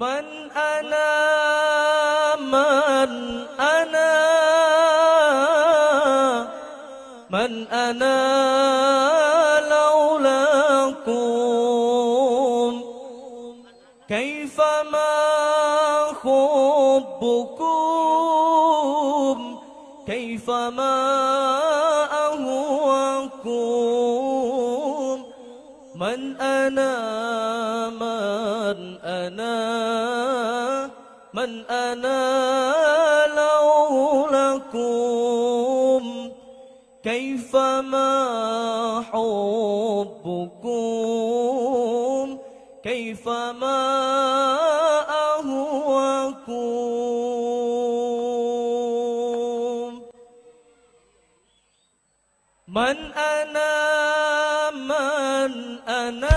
من أنا من أنا من أنا لولاكم كيفما حبكم كيفما أهواكم من أنا من أنا لولاكم كيفما حبكم كيفما أهواكم من أنا من أنا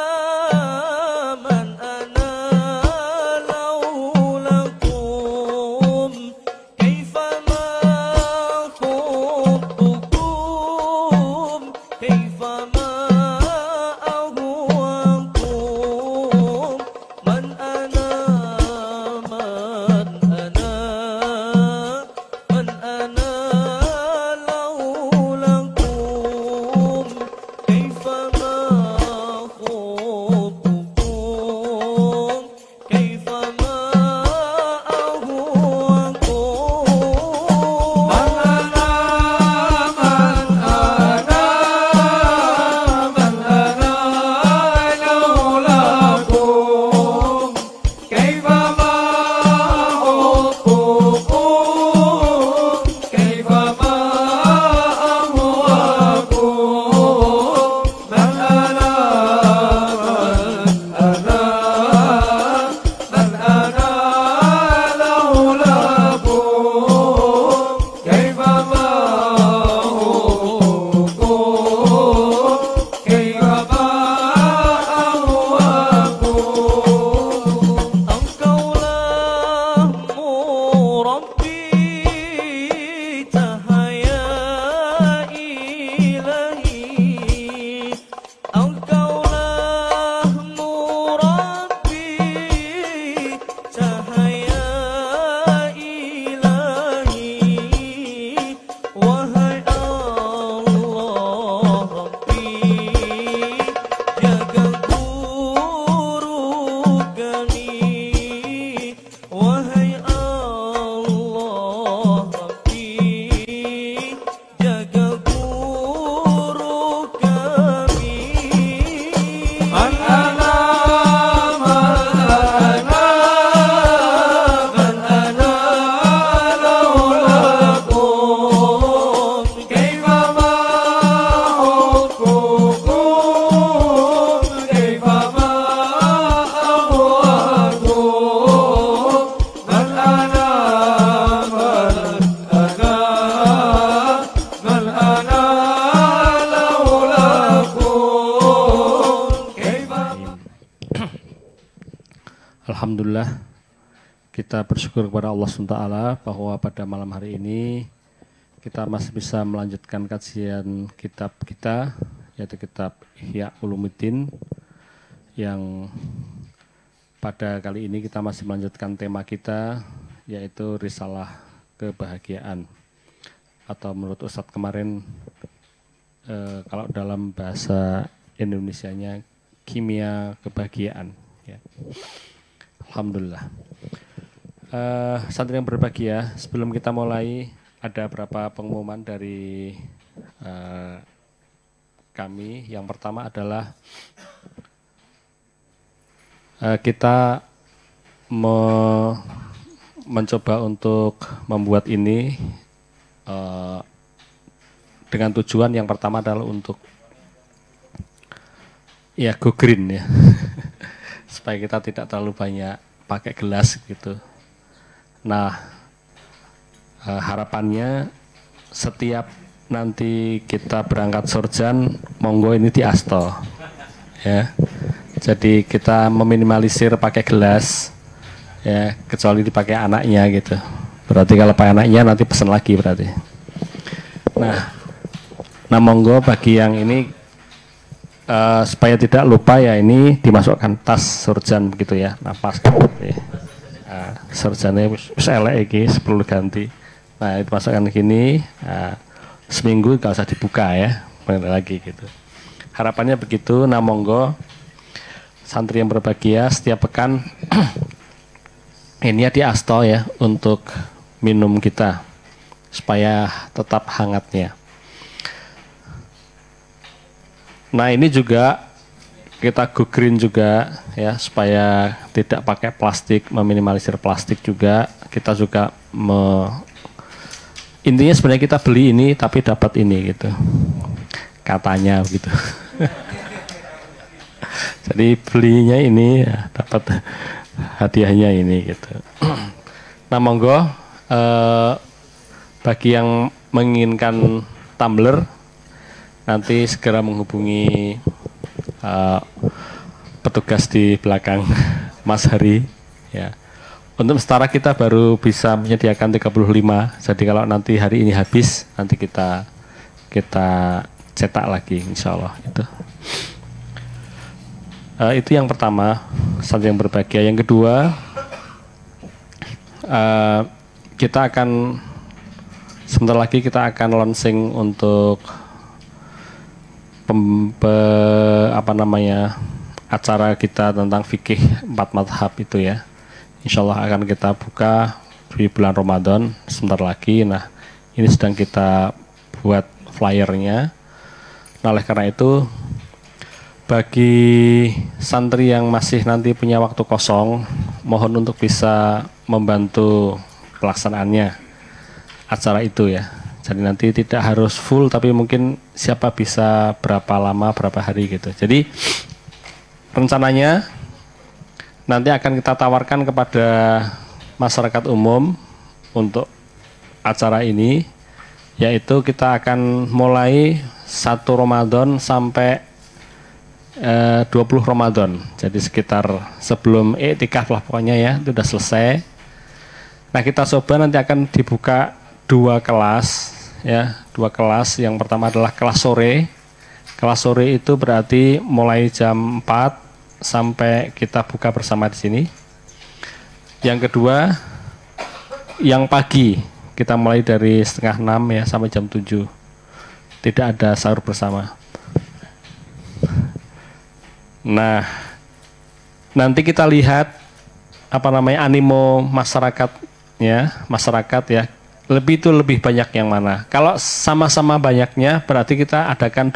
Alhamdulillah, kita bersyukur kepada Allah SWT bahwa pada malam hari ini kita masih bisa melanjutkan kajian kitab kita, yaitu kitab Ihya Ulumuddin, yang pada kali ini kita masih melanjutkan tema kita, yaitu Risalah Kebahagiaan, atau menurut Ustadz kemarin kalau dalam bahasa Indonesianya Kimia Kebahagiaan, ya. Alhamdulillah. Santri yang berbahagia, sebelum kita mulai ada beberapa pengumuman dari kami. Yang pertama adalah kita mencoba untuk membuat ini dengan tujuan yang pertama adalah untuk ya go green ya. Supaya kita tidak terlalu banyak pakai gelas gitu. Nah, harapannya setiap nanti kita berangkat sorjan, monggo ini di asto, ya. Jadi kita meminimalisir pakai gelas, ya, kecuali dipakai anaknya gitu. Berarti kalau pakai anaknya nanti pesan lagi berarti. Nah monggo bagi yang ini supaya tidak lupa ya, ini dimasukkan tas surjan begitu ya. Napas surjannya wis elek iki, perlu ganti. Nah, itu masukkan gini. Seminggu gak usah dibuka ya, benar lagi gitu. Harapannya begitu. Nah, monggo santri yang berbahagia setiap pekan ini ya di asto ya untuk minum kita supaya tetap hangatnya. Nah, ini juga kita go green juga ya supaya tidak pakai plastik, meminimalisir plastik juga. Kita juga intinya sebenarnya kita beli ini tapi dapat ini gitu. Katanya begitu. Jadi belinya ini ya, dapat hadiahnya ini gitu. Nah, monggo bagi yang menginginkan tumbler nanti segera menghubungi petugas di belakang Mas Hari ya. Untuk setara kita baru bisa menyediakan 35. Jadi kalau nanti hari ini habis, nanti kita cetak lagi insya Allah itu. Itu yang pertama, santri yang berbahagia. Yang kedua, kita akan sebentar lagi kita akan launching untuk acara kita tentang fikih 4 madhab itu ya. Insya Allah akan kita buka di bulan Ramadan sebentar lagi. Nah, ini sedang kita buat flyernya. Nah, oleh karena itu bagi santri yang masih nanti punya waktu kosong, mohon untuk bisa membantu pelaksanaannya acara itu ya. Jadi nanti tidak harus full, tapi mungkin siapa bisa berapa lama, berapa hari gitu. Jadi rencananya nanti akan kita tawarkan kepada masyarakat umum untuk acara ini, yaitu kita akan mulai 1 Ramadan sampai 20 Ramadan. Jadi sekitar sebelum i'tikaf lah pokoknya ya, itu sudah selesai. Nah, kita coba nanti akan dibuka 2 kelas ya, 2 kelas. Yang pertama adalah kelas sore. Kelas sore itu berarti mulai jam 4 sampai kita buka bersama di sini. Yang kedua, yang pagi kita mulai dari setengah 6 ya sampai jam 7. Tidak ada sahur bersama. Nah, nanti kita lihat animo masyarakat ya. Lebih banyak yang mana. Kalau sama-sama banyaknya berarti kita adakan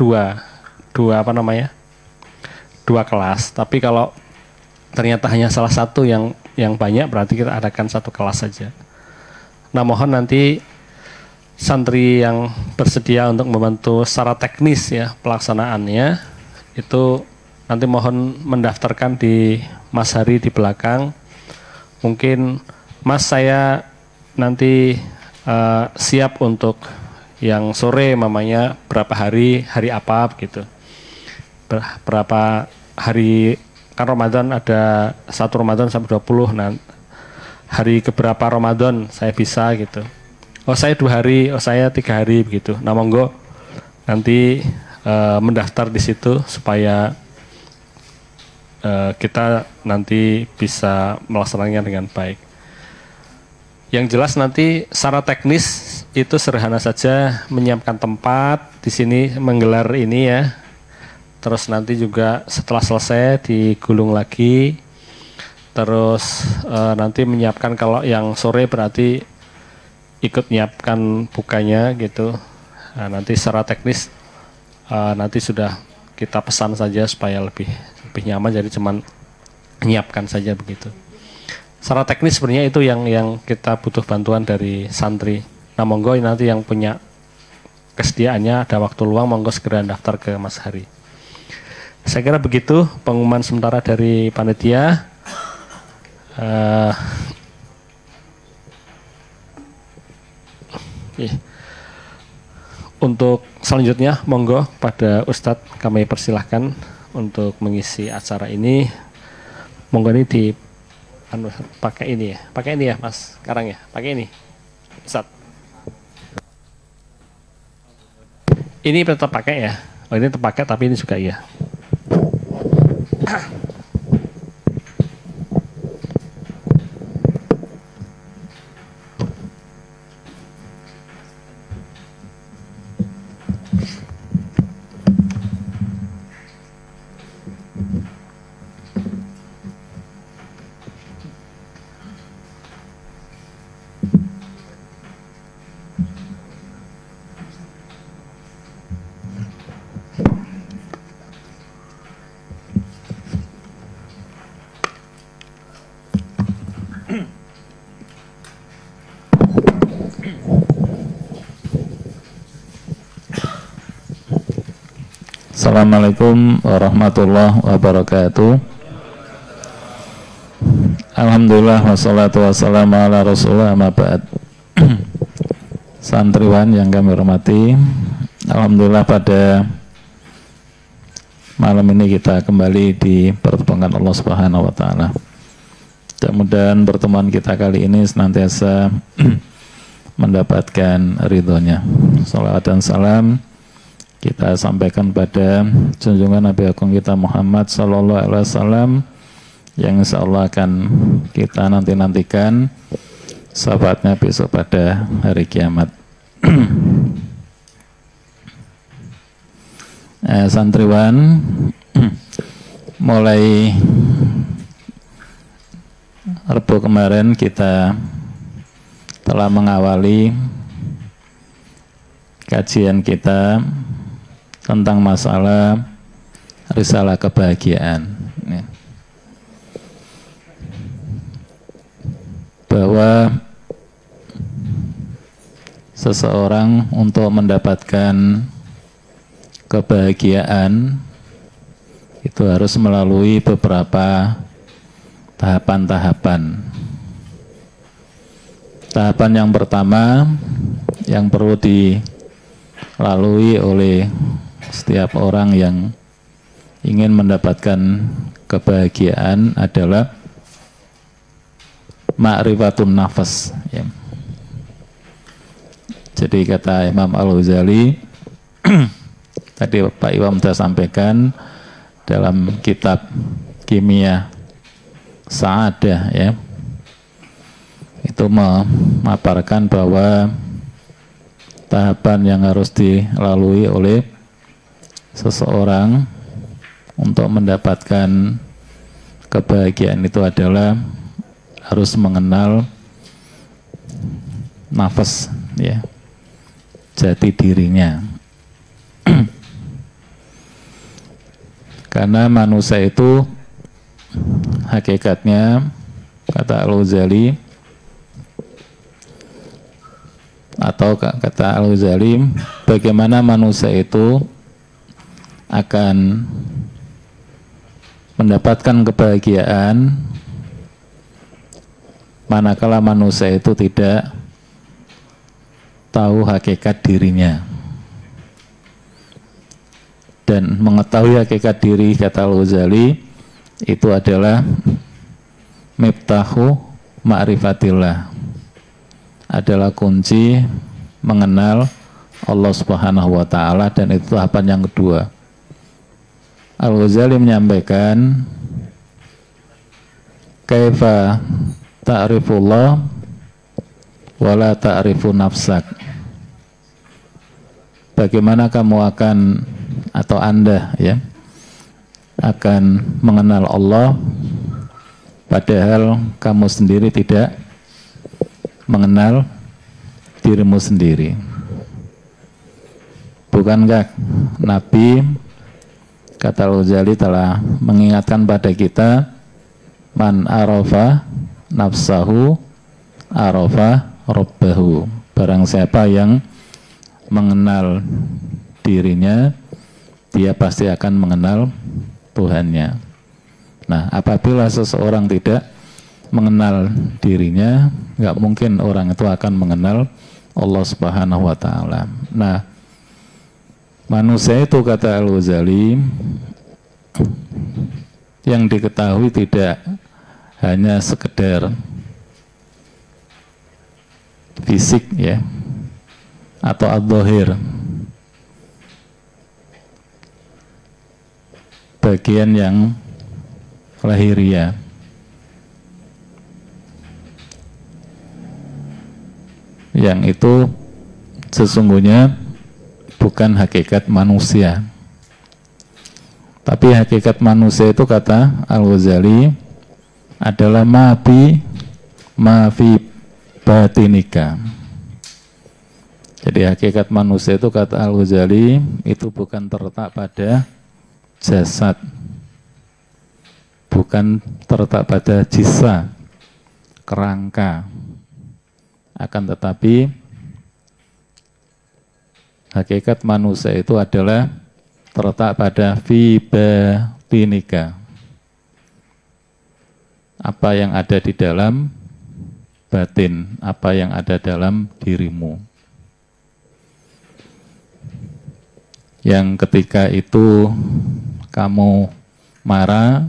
dua kelas. Tapi kalau ternyata hanya salah satu yang banyak, berarti kita adakan 1 kelas saja. Nah, mohon nanti santri yang bersedia untuk membantu secara teknis ya pelaksanaannya itu nanti mohon mendaftarkan di Mas Hari di belakang. Mungkin Mas, saya nanti siap untuk yang sore mamanya berapa hari apa gitu. Berapa hari, kan Ramadan ada 1 Ramadan sampai 20. Nah, hari keberapa Ramadan saya bisa gitu. Oh, saya 2 hari, oh saya 3 hari begitu. Nah, monggo nanti mendaftar di situ supaya kita nanti bisa melaksanakannya dengan baik. Yang jelas nanti secara teknis itu sederhana saja, menyiapkan tempat di sini menggelar ini ya. Terus nanti juga setelah selesai digulung lagi. Terus nanti menyiapkan, kalau yang sore berarti ikut menyiapkan bukanya gitu. Nah, nanti secara teknis nanti sudah kita pesan saja supaya lebih nyaman, jadi cuman menyiapkan saja begitu. Secara teknis sebenarnya itu yang kita butuh bantuan dari santri. Nah, monggo nanti yang punya kesediaannya ada waktu luang, monggo segera daftar ke Mas Hari. Saya kira begitu pengumuman sementara dari panitia. Untuk selanjutnya monggo pada Ustadz kami persilahkan untuk mengisi acara ini. Monggo ini pakai ini ya Mas sekarang ya, pakai ini Ustadz. Ini tetap pakai ya. Oh, ini tetap pakai tapi ini juga iya. Assalamualaikum warahmatullahi wabarakatuh. Alhamdulillah wassalatu wassalamu ala rasulullah ma ba'd. Santriwan yang kami hormati, alhamdulillah pada malam ini kita kembali dipertemukan Allah Subhanahu wa taala. Mudah-mudahan pertemuan kita kali ini senantiasa mendapatkan ridhonya. Salawat dan salam kita sampaikan pada junjungan Nabi Agung kita Muhammad sallallahu alaihi wasallam yang insya Allah akan kita nantikan sahabatnya besok pada hari kiamat. Santriwan, mulai Rabu kemarin kita telah mengawali kajian kita tentang masalah risalah kebahagiaan, bahwa seseorang untuk mendapatkan kebahagiaan itu harus melalui beberapa tahapan-tahapan. Tahapan yang pertama yang perlu dilalui oleh setiap orang yang ingin mendapatkan kebahagiaan adalah ma'rifatun nafas, ya. Jadi kata Imam Al-Ghazali tadi Pak Iwam sudah sampaikan dalam kitab Kimia Sa'adah, ya, itu memaparkan bahwa tahapan yang harus dilalui oleh seseorang untuk mendapatkan kebahagiaan itu adalah harus mengenal nafas, ya, jati dirinya. Karena manusia itu hakikatnya, kata Al-Ghazali, atau kata Al-Ghazali, bagaimana manusia itu akan mendapatkan kebahagiaan manakala manusia itu tidak tahu hakikat dirinya. Dan mengetahui hakikat diri, kata Al-Ghazali, itu adalah miftahu ma'rifatillah, adalah kunci mengenal Allah Subhanahu wa taala, dan itu tahapan yang kedua. Al-Ghazali menyampaikan kaifa ta'rifullah wala ta'rifu nafsak. Bagaimana kamu akan, atau Anda, ya, akan mengenal Allah padahal kamu sendiri tidak mengenal dirimu sendiri. Bukankah Nabi, kata Al-Ghazali, telah mengingatkan pada kita, man arafa nafsahu arafa rabbahu. Barang siapa yang mengenal dirinya, dia pasti akan mengenal Tuhannya. Nah, apabila seseorang tidak mengenal dirinya, nggak mungkin orang itu akan mengenal Allah Subhanahu wa taala. Nah, manusia itu, kata Al-Ghazali, yang diketahui tidak hanya sekedar fisik, ya, atau ad-dhahir, bagian yang lahiriah. Yang itu sesungguhnya bukan hakikat manusia. Tapi hakikat manusia itu, kata Al-Ghazali, adalah mafi batinika. Jadi hakikat manusia itu, kata Al-Ghazali, itu bukan terletak pada jasad, bukan terletak pada jisa, kerangka, akan tetapi hakikat manusia itu adalah terletak pada fi batinika. Apa yang ada di dalam batin, apa yang ada dalam dirimu. Yang ketika itu kamu marah,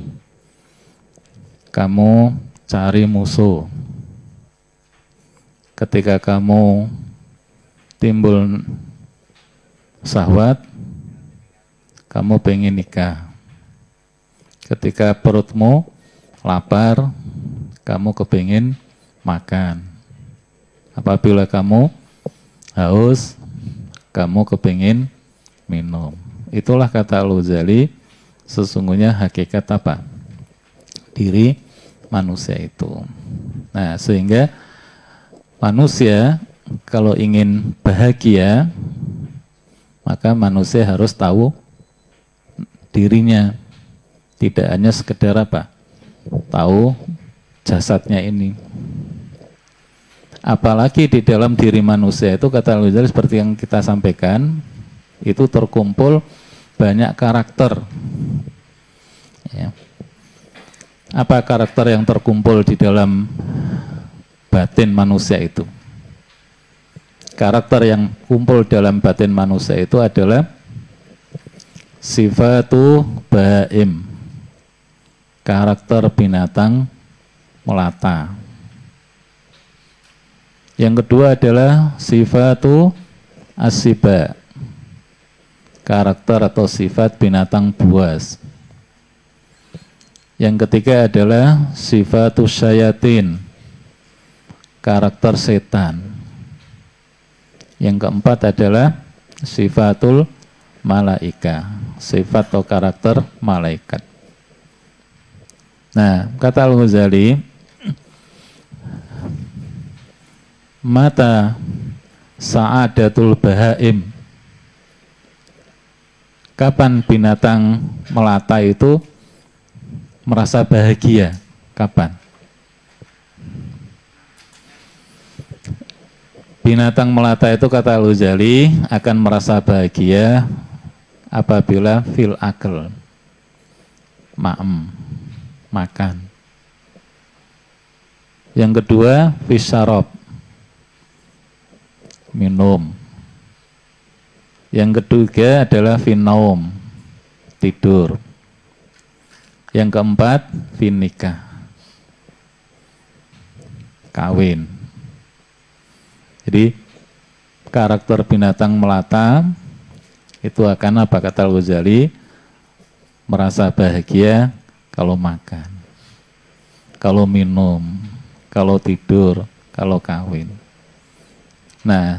kamu cari musuh. Ketika kamu timbul syahwat, kamu pengen nikah. Ketika perutmu lapar, kamu kepingin makan. Apabila kamu haus, kamu kepingin minum. Itulah kata Al-Ghazali, sesungguhnya hakikat apa? Diri manusia itu. Nah, sehingga manusia kalau ingin bahagia, maka manusia harus tahu dirinya. Tidak hanya sekedar apa? Tahu jasadnya ini. Apalagi di dalam diri manusia itu, kata Al-Ghazali seperti yang kita sampaikan, itu terkumpul banyak karakter. Ya. Apa karakter yang terkumpul di dalam batin manusia itu? Karakter yang kumpul dalam batin manusia itu adalah sifatu baim, karakter binatang melata. Yang kedua adalah sifatu asiba, karakter atau sifat binatang buas. Yang ketiga adalah sifatu syayatin, karakter setan. Yang keempat adalah sifatul malaika, sifat atau karakter malaikat. Nah, kata Al-Ghazali, mata sa'adatul bahaim, kapan binatang melata itu merasa bahagia? Kapan? Binatang melata itu, kata Al-Ghazali, akan merasa bahagia apabila fil akal, makan. Yang kedua, fisyarab, minum. Yang ketiga adalah finaum, tidur. Yang keempat, finikah, kawin. Jadi karakter binatang melata itu akan apa, kata Al-Ghazali, merasa bahagia kalau makan, kalau minum, kalau tidur, kalau kawin. Nah,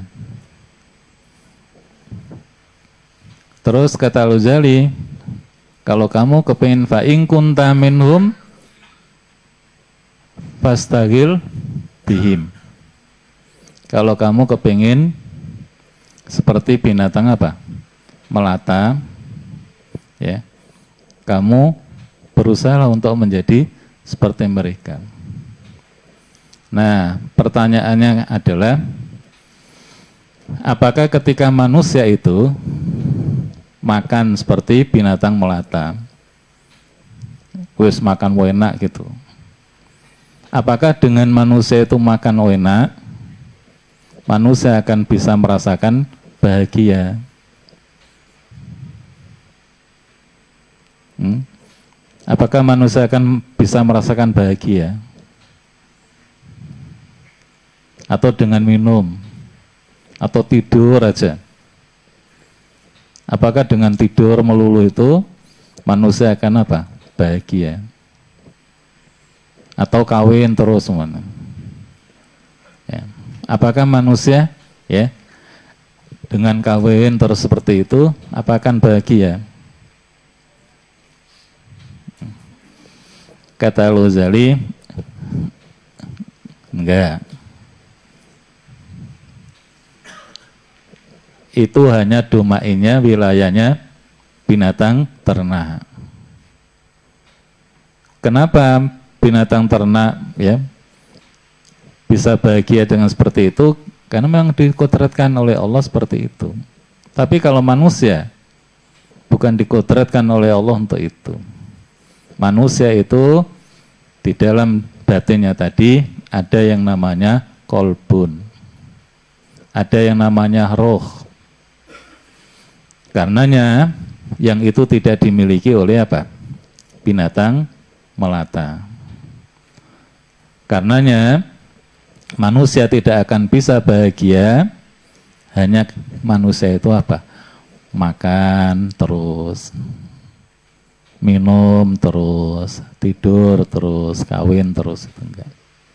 terus kata Al-Ghazali, kalau kamu kepingin fa'in kunta minhum fastagil bihim. Kalau kamu kepingin seperti binatang apa? Melata, ya, kamu berusaha untuk menjadi seperti mereka. Nah, pertanyaannya adalah, apakah ketika manusia itu makan seperti binatang melata, wis makan enak gitu, apakah dengan manusia itu makan enak, manusia akan bisa merasakan bahagia? Apakah manusia akan bisa merasakan bahagia? Atau dengan minum? Atau tidur aja? Apakah dengan tidur melulu itu manusia akan apa? Bahagia? Atau kawin terus semuanya? Ya. Apakah manusia, ya, dengan kawin terus seperti itu, apa akan bahagia? Kata Al-Ghazali, enggak. Itu hanya domainnya, wilayahnya binatang ternak. Kenapa binatang ternak, ya, bisa bahagia dengan seperti itu? Karena memang dikodratkan oleh Allah seperti itu. Tapi kalau manusia bukan dikodratkan oleh Allah untuk itu. Manusia itu di dalam batinnya tadi ada yang namanya kolbun, ada yang namanya roh. Karenanya yang itu tidak dimiliki oleh apa? Binatang melata. Karenanya manusia tidak akan bisa bahagia, hanya manusia itu apa? Makan terus, minum terus, tidur terus, kawin terus, itu enggak.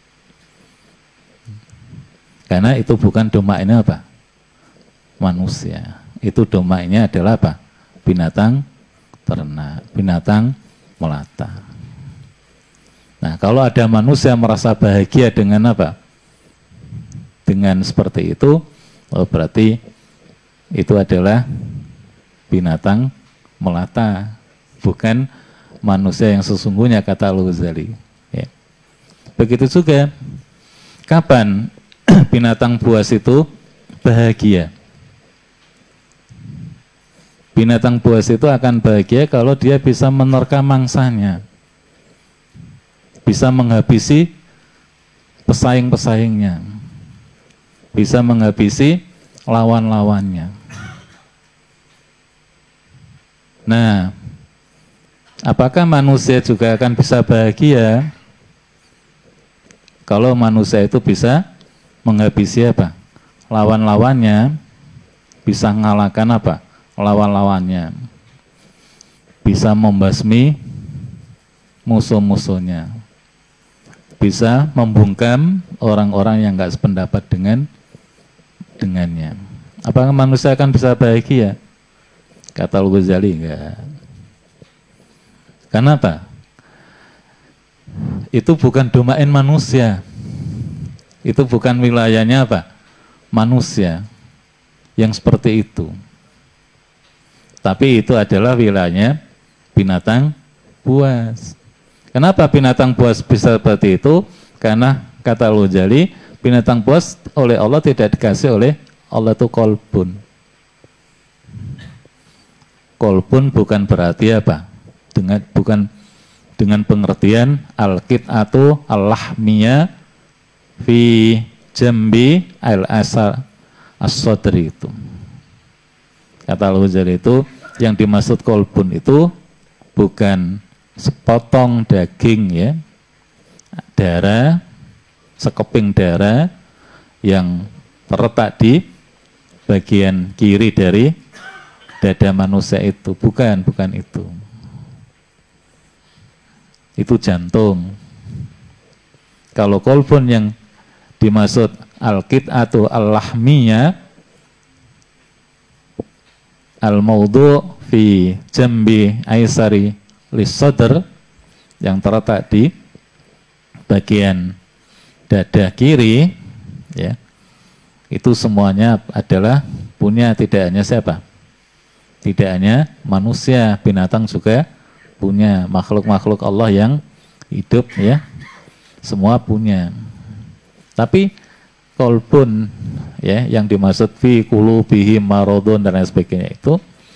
Karena itu bukan domainnya apa? Manusia. Itu domainnya adalah apa? Binatang ternak, binatang melata. Nah, kalau ada manusia merasa bahagia dengan apa? Dengan seperti itu, oh berarti itu adalah binatang melata, bukan manusia yang sesungguhnya, kata Al-Ghazali. Ya. Begitu juga, kapan binatang buas itu bahagia? Binatang buas itu akan bahagia kalau dia bisa menerkam mangsanya, bisa menghabisi pesaing-pesaingnya, bisa menghabisi lawan-lawannya. Nah, apakah manusia juga akan bisa bahagia kalau manusia itu bisa menghabisi apa? Lawan-lawannya, bisa mengalahkan apa? Lawan-lawannya, bisa membasmi musuh-musuhnya, bisa membungkam orang-orang yang enggak sependapat dengannya. Apakah manusia akan bisa bahagia? Kata Al-Ghazali, enggak. Kenapa? Itu bukan domain manusia. Itu bukan wilayahnya apa? Manusia yang seperti itu. Tapi itu adalah wilayahnya binatang buas. Kenapa binatang buas bisa seperti itu? Karena kata Al-Ghazali, binatang buas oleh Allah tidak dikasih oleh Allah itu kolbun. Kolbun bukan berarti apa? Bukan dengan pengertian al-qit'atu al-lahmiyah fi jambi al-asar as-sadri itu. Kata Al-Ghazali itu, yang dimaksud kolbun itu bukan sepotong daging ya, darah, sekeping darah yang terletak di bagian kiri dari dada manusia itu, bukan itu. Itu jantung. Kalau kolbun yang dimaksud al-qit'atu al-lahmiyah al-mawdu' fi jambi aisari lis-sadr, yang terletak di bagian dada kiri ya, itu semuanya adalah punya tidak hanya siapa? Tidak hanya manusia, binatang juga punya, makhluk-makhluk Allah yang hidup ya, semua punya. Tapi kolbun ya, yang dimaksud fi qulubihim maradun dan lain sebagainya itu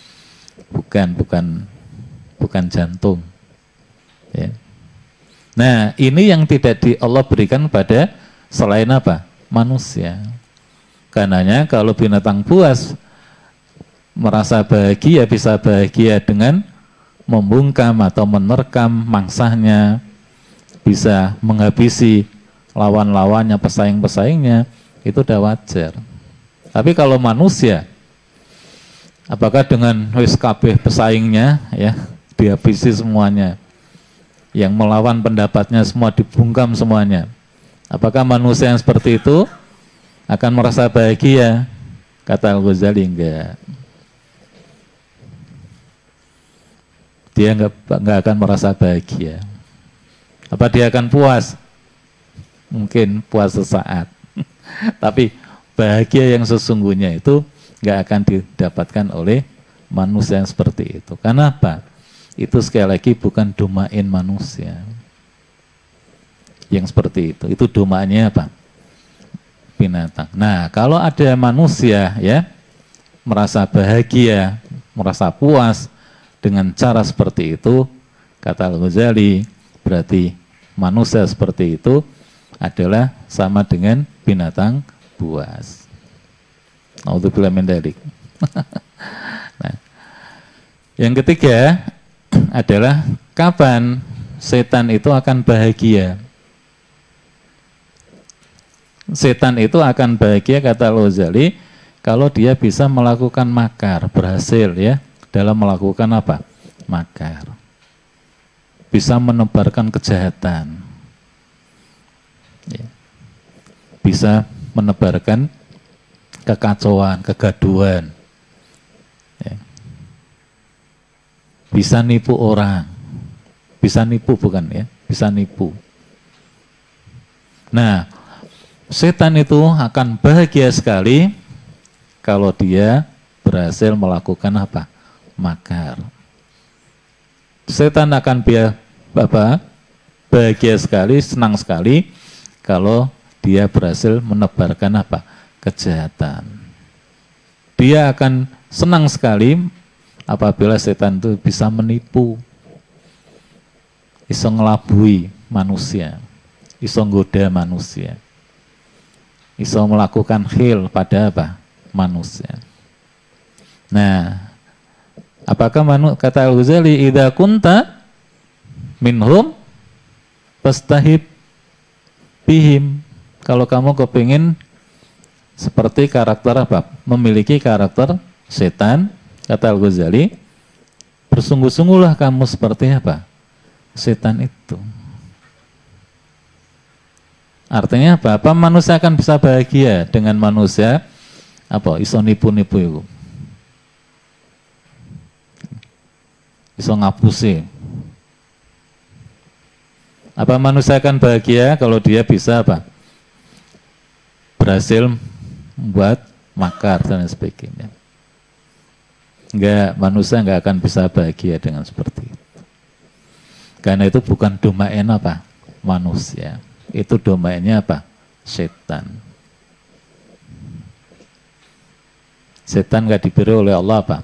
bukan jantung ya. Nah, ini yang tidak Allah berikan pada selain apa? Manusia. Karenanya kalau binatang buas merasa bahagia, bisa bahagia dengan membungkam atau menerkam mangsanya, bisa menghabisi lawan-lawannya, pesaing-pesaingnya, itu udah wajar. Tapi kalau manusia, apakah dengan wis kabeh pesaingnya ya dihabisi semuanya, yang melawan pendapatnya semua dibungkam semuanya, apakah manusia yang seperti itu akan merasa bahagia? Kata Al-Ghazali, enggak. Dia enggak akan merasa bahagia. Apa dia akan puas? Mungkin puas sesaat. Tapi bahagia yang sesungguhnya itu enggak akan didapatkan oleh manusia yang seperti itu. Kenapa? Itu sekali lagi bukan domain manusia yang seperti itu. Itu domainnya apa? Binatang. Nah, kalau ada manusia ya merasa bahagia, merasa puas dengan cara seperti itu, kata Al-Ghazali, berarti manusia seperti itu adalah sama dengan binatang buas. Naudzubillah min dzalik. Nah, yang ketiga adalah kapan setan itu akan bahagia. Setan itu akan bahagia, kata Al-Ghazali, kalau dia bisa melakukan makar, berhasil ya dalam melakukan apa? Makar. Bisa menebarkan kejahatan. Ya. Bisa menebarkan kekacauan, kegaduhan. Ya. Bisa nipu orang. Bisa nipu bukan ya? Bisa nipu. Nah, setan itu akan bahagia sekali kalau dia berhasil melakukan apa? Makar. Setan akan bahagia sekali, senang sekali kalau dia berhasil menebarkan apa? Kejahatan. Dia akan senang sekali apabila setan itu bisa menipu, iso ngelabui manusia, iso nggoda manusia, iso melakukan khil pada apa? Manusia. Nah, apakah kata Al-Ghazali, idza kunta minhum fastahib bihim. Kalau kamu kepingin seperti karakter apa? Memiliki karakter setan, kata Al-Ghazali, bersungguh-sungguhlah kamu seperti apa? Setan itu. Artinya apa? Manusia akan bisa bahagia dengan manusia apa? Iso nipu-nipu itu. Iso ngapusi. Apa manusia akan bahagia kalau dia bisa apa? Berhasil membuat makar dan sebagainya. Enggak, manusia enggak akan bisa bahagia dengan seperti itu. Karena itu bukan domain apa? Manusia. Itu domainnya apa? Setan. Setan enggak diberi oleh Allah apa?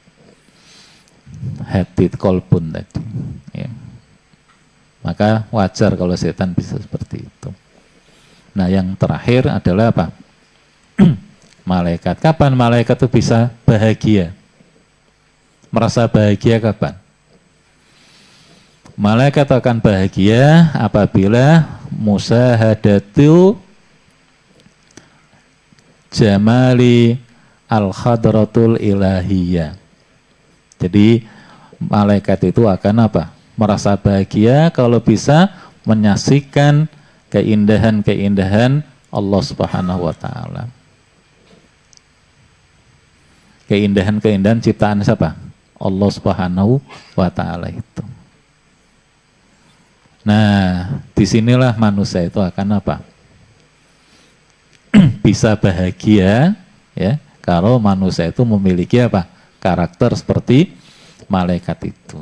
Hati, kolbun tadi. Ya. Maka wajar kalau setan bisa seperti itu. Nah, yang terakhir adalah apa? Malaikat. Kapan malaikat itu bisa bahagia? Merasa bahagia kapan? Malaikat akan bahagia apabila musahadatu jamali al-khadratul ilahiyah. Jadi malaikat itu akan apa? Merasa bahagia kalau bisa menyaksikan keindahan-keindahan Allah Subhanahu wa taala. Keindahan-keindahan ciptaan siapa? Allah Subhanahu wa taala itu. Nah, disinilah manusia itu akan apa? Bisa bahagia ya, kalau manusia itu memiliki apa? Karakter seperti malaikat itu.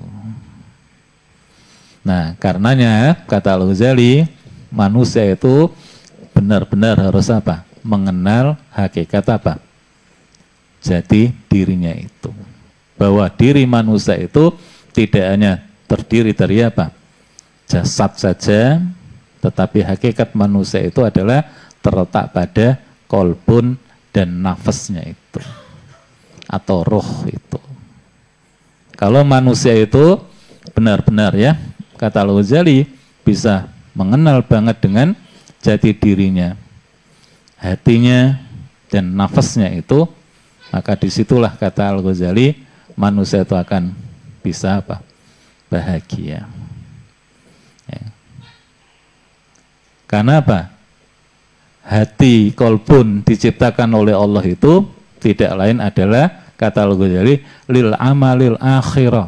Nah, karenanya kata Al-Ghazali, manusia itu benar-benar harus apa? Mengenal hakikat apa? Jati dirinya itu. Bahwa diri manusia itu tidak hanya terdiri dari apa? Jasad saja, tetapi hakikat manusia itu adalah terletak pada kolbun dan nafasnya itu. Atau roh itu. Kalau manusia itu benar-benar ya, kata Al-Ghazali, bisa mengenal banget dengan jati dirinya, hatinya, dan nafasnya itu, maka disitulah kata Al-Ghazali, manusia itu akan bisa apa? Bahagia. Ya. Karena apa? Hati kolbun diciptakan oleh Allah itu tidak lain adalah, kata Al-Ghazali, lil amalil akhirah.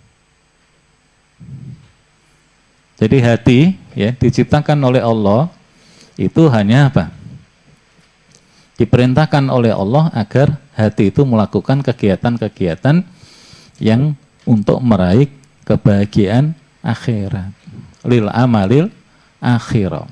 Jadi hati ya diciptakan oleh Allah itu hanya apa? Diperintahkan oleh Allah agar hati itu melakukan kegiatan-kegiatan yang untuk meraih kebahagiaan akhirat. Lil amalil akhirah.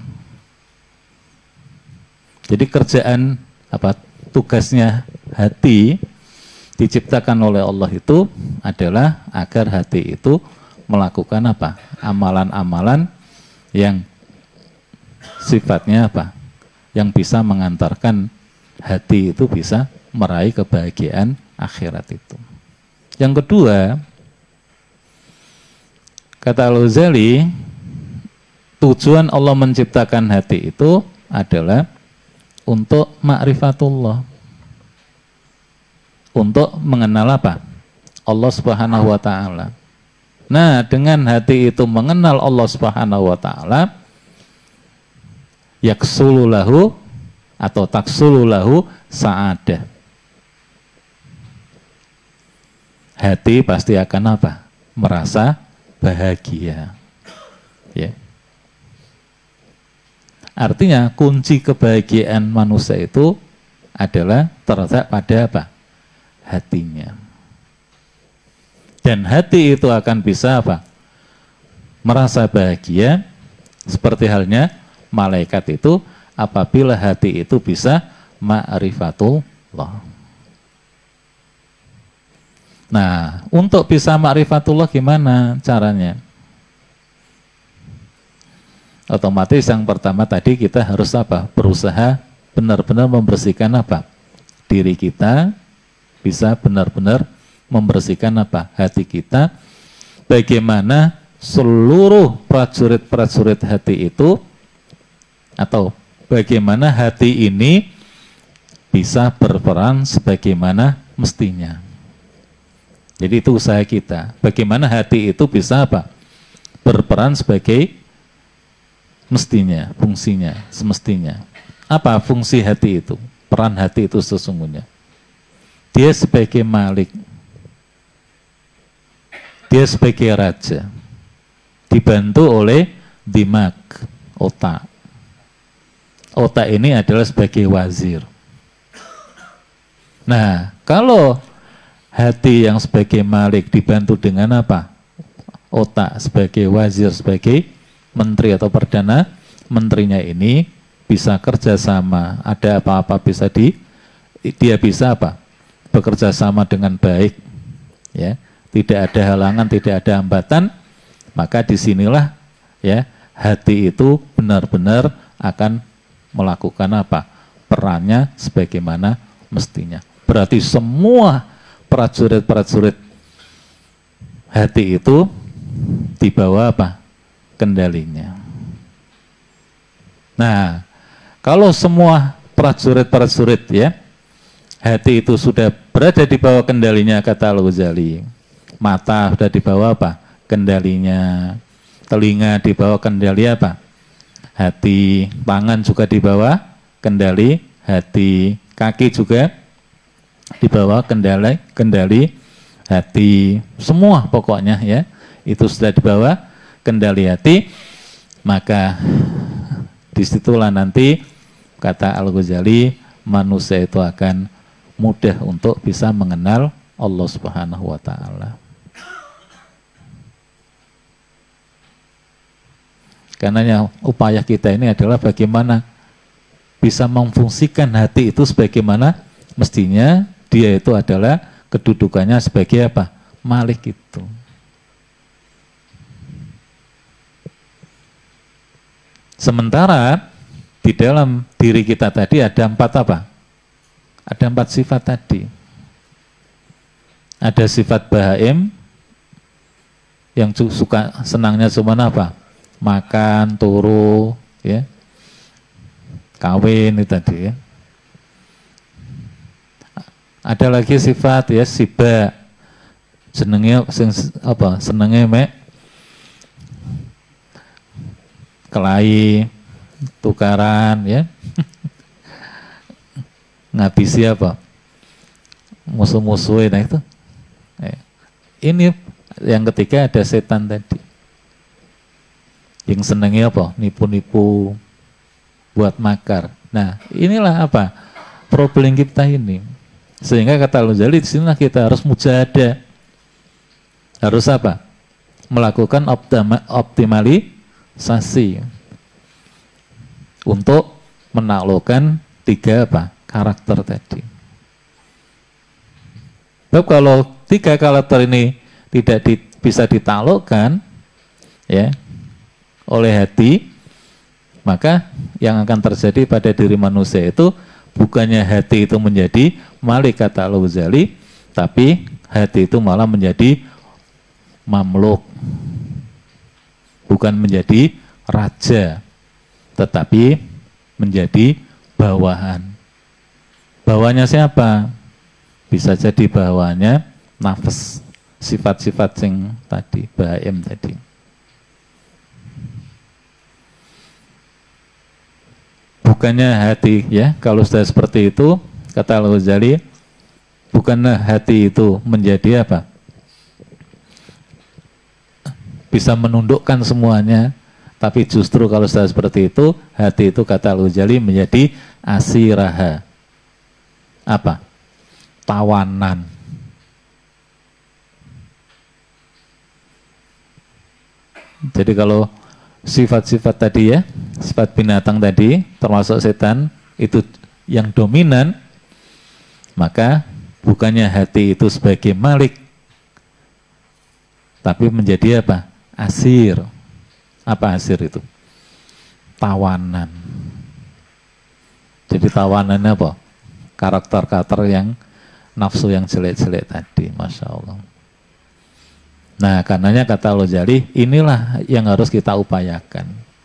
Jadi kerjaan apa? Tugasnya hati diciptakan oleh Allah itu adalah agar hati itu melakukan apa? Amalan-amalan yang sifatnya apa? Yang bisa mengantarkan hati itu bisa meraih kebahagiaan akhirat itu. Yang kedua, kata Al-Ghazali, tujuan Allah menciptakan hati itu adalah untuk ma'rifatullah, untuk mengenal apa? Allah Subhanahu wa ta'ala. Nah, dengan hati itu mengenal Allah Subhanahu wa ta'ala, yaksululahu atau taksululahu sa'adah. Hati pasti akan apa? Merasa bahagia. Ya. Artinya kunci kebahagiaan manusia itu adalah terletak pada apa? Hatinya. Dan hati itu akan bisa apa? Merasa bahagia seperti halnya malaikat itu apabila hati itu bisa ma'rifatullah. Nah, untuk bisa ma'rifatullah gimana caranya? Otomatis yang pertama tadi kita harus apa? Berusaha benar-benar membersihkan apa? Diri kita, bisa benar-benar membersihkan apa? Hati kita. Bagaimana seluruh prajurit-prajurit hati itu, atau bagaimana hati ini bisa berperan sebagaimana mestinya. Jadi itu usaha kita. Bagaimana hati itu bisa apa? Berperan sebagai mestinya, fungsinya, semestinya. Apa fungsi hati itu? Peran hati itu sesungguhnya. Dia sebagai malik. Dia sebagai raja. Dibantu oleh dimak, otak. Otak ini adalah sebagai wazir. Nah, kalau hati yang sebagai malik dibantu dengan apa? Otak sebagai wazir, sebagai menteri atau perdana menterinya ini bisa kerjasama. Ada apa-apa bisa dia bisa apa? Bekerja sama dengan baik. Ya, tidak ada halangan, tidak ada hambatan. Maka disinilah ya hati itu benar-benar akan melakukan apa? Perannya sebagaimana mestinya. Berarti semua prajurit-prajurit hati itu dibawa apa? Kendalinya. Nah, kalau semua prajurit-prajurit ya hati itu sudah berada di bawah kendalinya, kata Al-Ghazali. Mata sudah dibawa apa? Kendalinya. Telinga dibawa kendali apa? Hati. Tangan juga dibawa kendali hati. Kaki juga dibawa kendali hati. Semua pokoknya ya itu sudah dibawa kendali hati. Maka disitulah nanti kata Al-Ghazali manusia itu akan mudah untuk bisa mengenal Allah Subhanahu wa ta'ala. Karena upaya kita ini adalah bagaimana bisa memfungsikan hati itu sebagaimana mestinya. Dia itu adalah kedudukannya sebagai apa? Malik itu. Sementara di dalam diri kita tadi ada 4 apa? Ada 4 sifat tadi. Ada sifat bahaim yang suka senangnya cuma apa? Makan, turu, ya, kawin itu tadi ya. Ada lagi sifat ya siba, senengnya apa? Senengnya kelahi, tukaran ya. Ngabisi apa? Musuh-musuhin, nah itu. Ini yang ketiga ada setan tadi. Yang senengnya apa? Nipu-nipu, buat makar. Nah, inilah apa? Problem kita ini. Sehingga kata Al-Ghazali di sini kita harus mujahadah. Harus apa? Melakukan optimalisasi untuk menaklukkan 3 apa? Karakter tadi. Sebab kalau tiga karakter ini tidak bisa ditaklukkan ya oleh hati, maka yang akan terjadi pada diri manusia itu bukannya hati itu menjadi malik, kata Al-Ghazali, tapi hati itu malah menjadi mamluk, bukan menjadi raja, tetapi menjadi bawahan. Bawahannya siapa? Bisa jadi bawahannya nafas, sifat-sifat sing tadi, baim tadi. Bukannya hati, ya, kalau sudah seperti itu, kata Al-Ghazali, bukanlah hati itu menjadi apa? Bisa menundukkan semuanya, tapi justru kalau sudah seperti itu, hati itu, kata Al-Ghazali, menjadi asiraha. Apa? Tawanan. Jadi kalau sifat-sifat tadi ya, sifat binatang tadi, termasuk setan, itu yang dominan, maka bukannya hati itu sebagai malik, tapi menjadi apa? Asir. Apa asir itu? Tawanan. Jadi tawanannya apa? Karakter-karakter yang nafsu yang jelek-jelek tadi, Masya Allah. Nah, karenanya kata Al-Ghazali, inilah yang harus kita upayakan.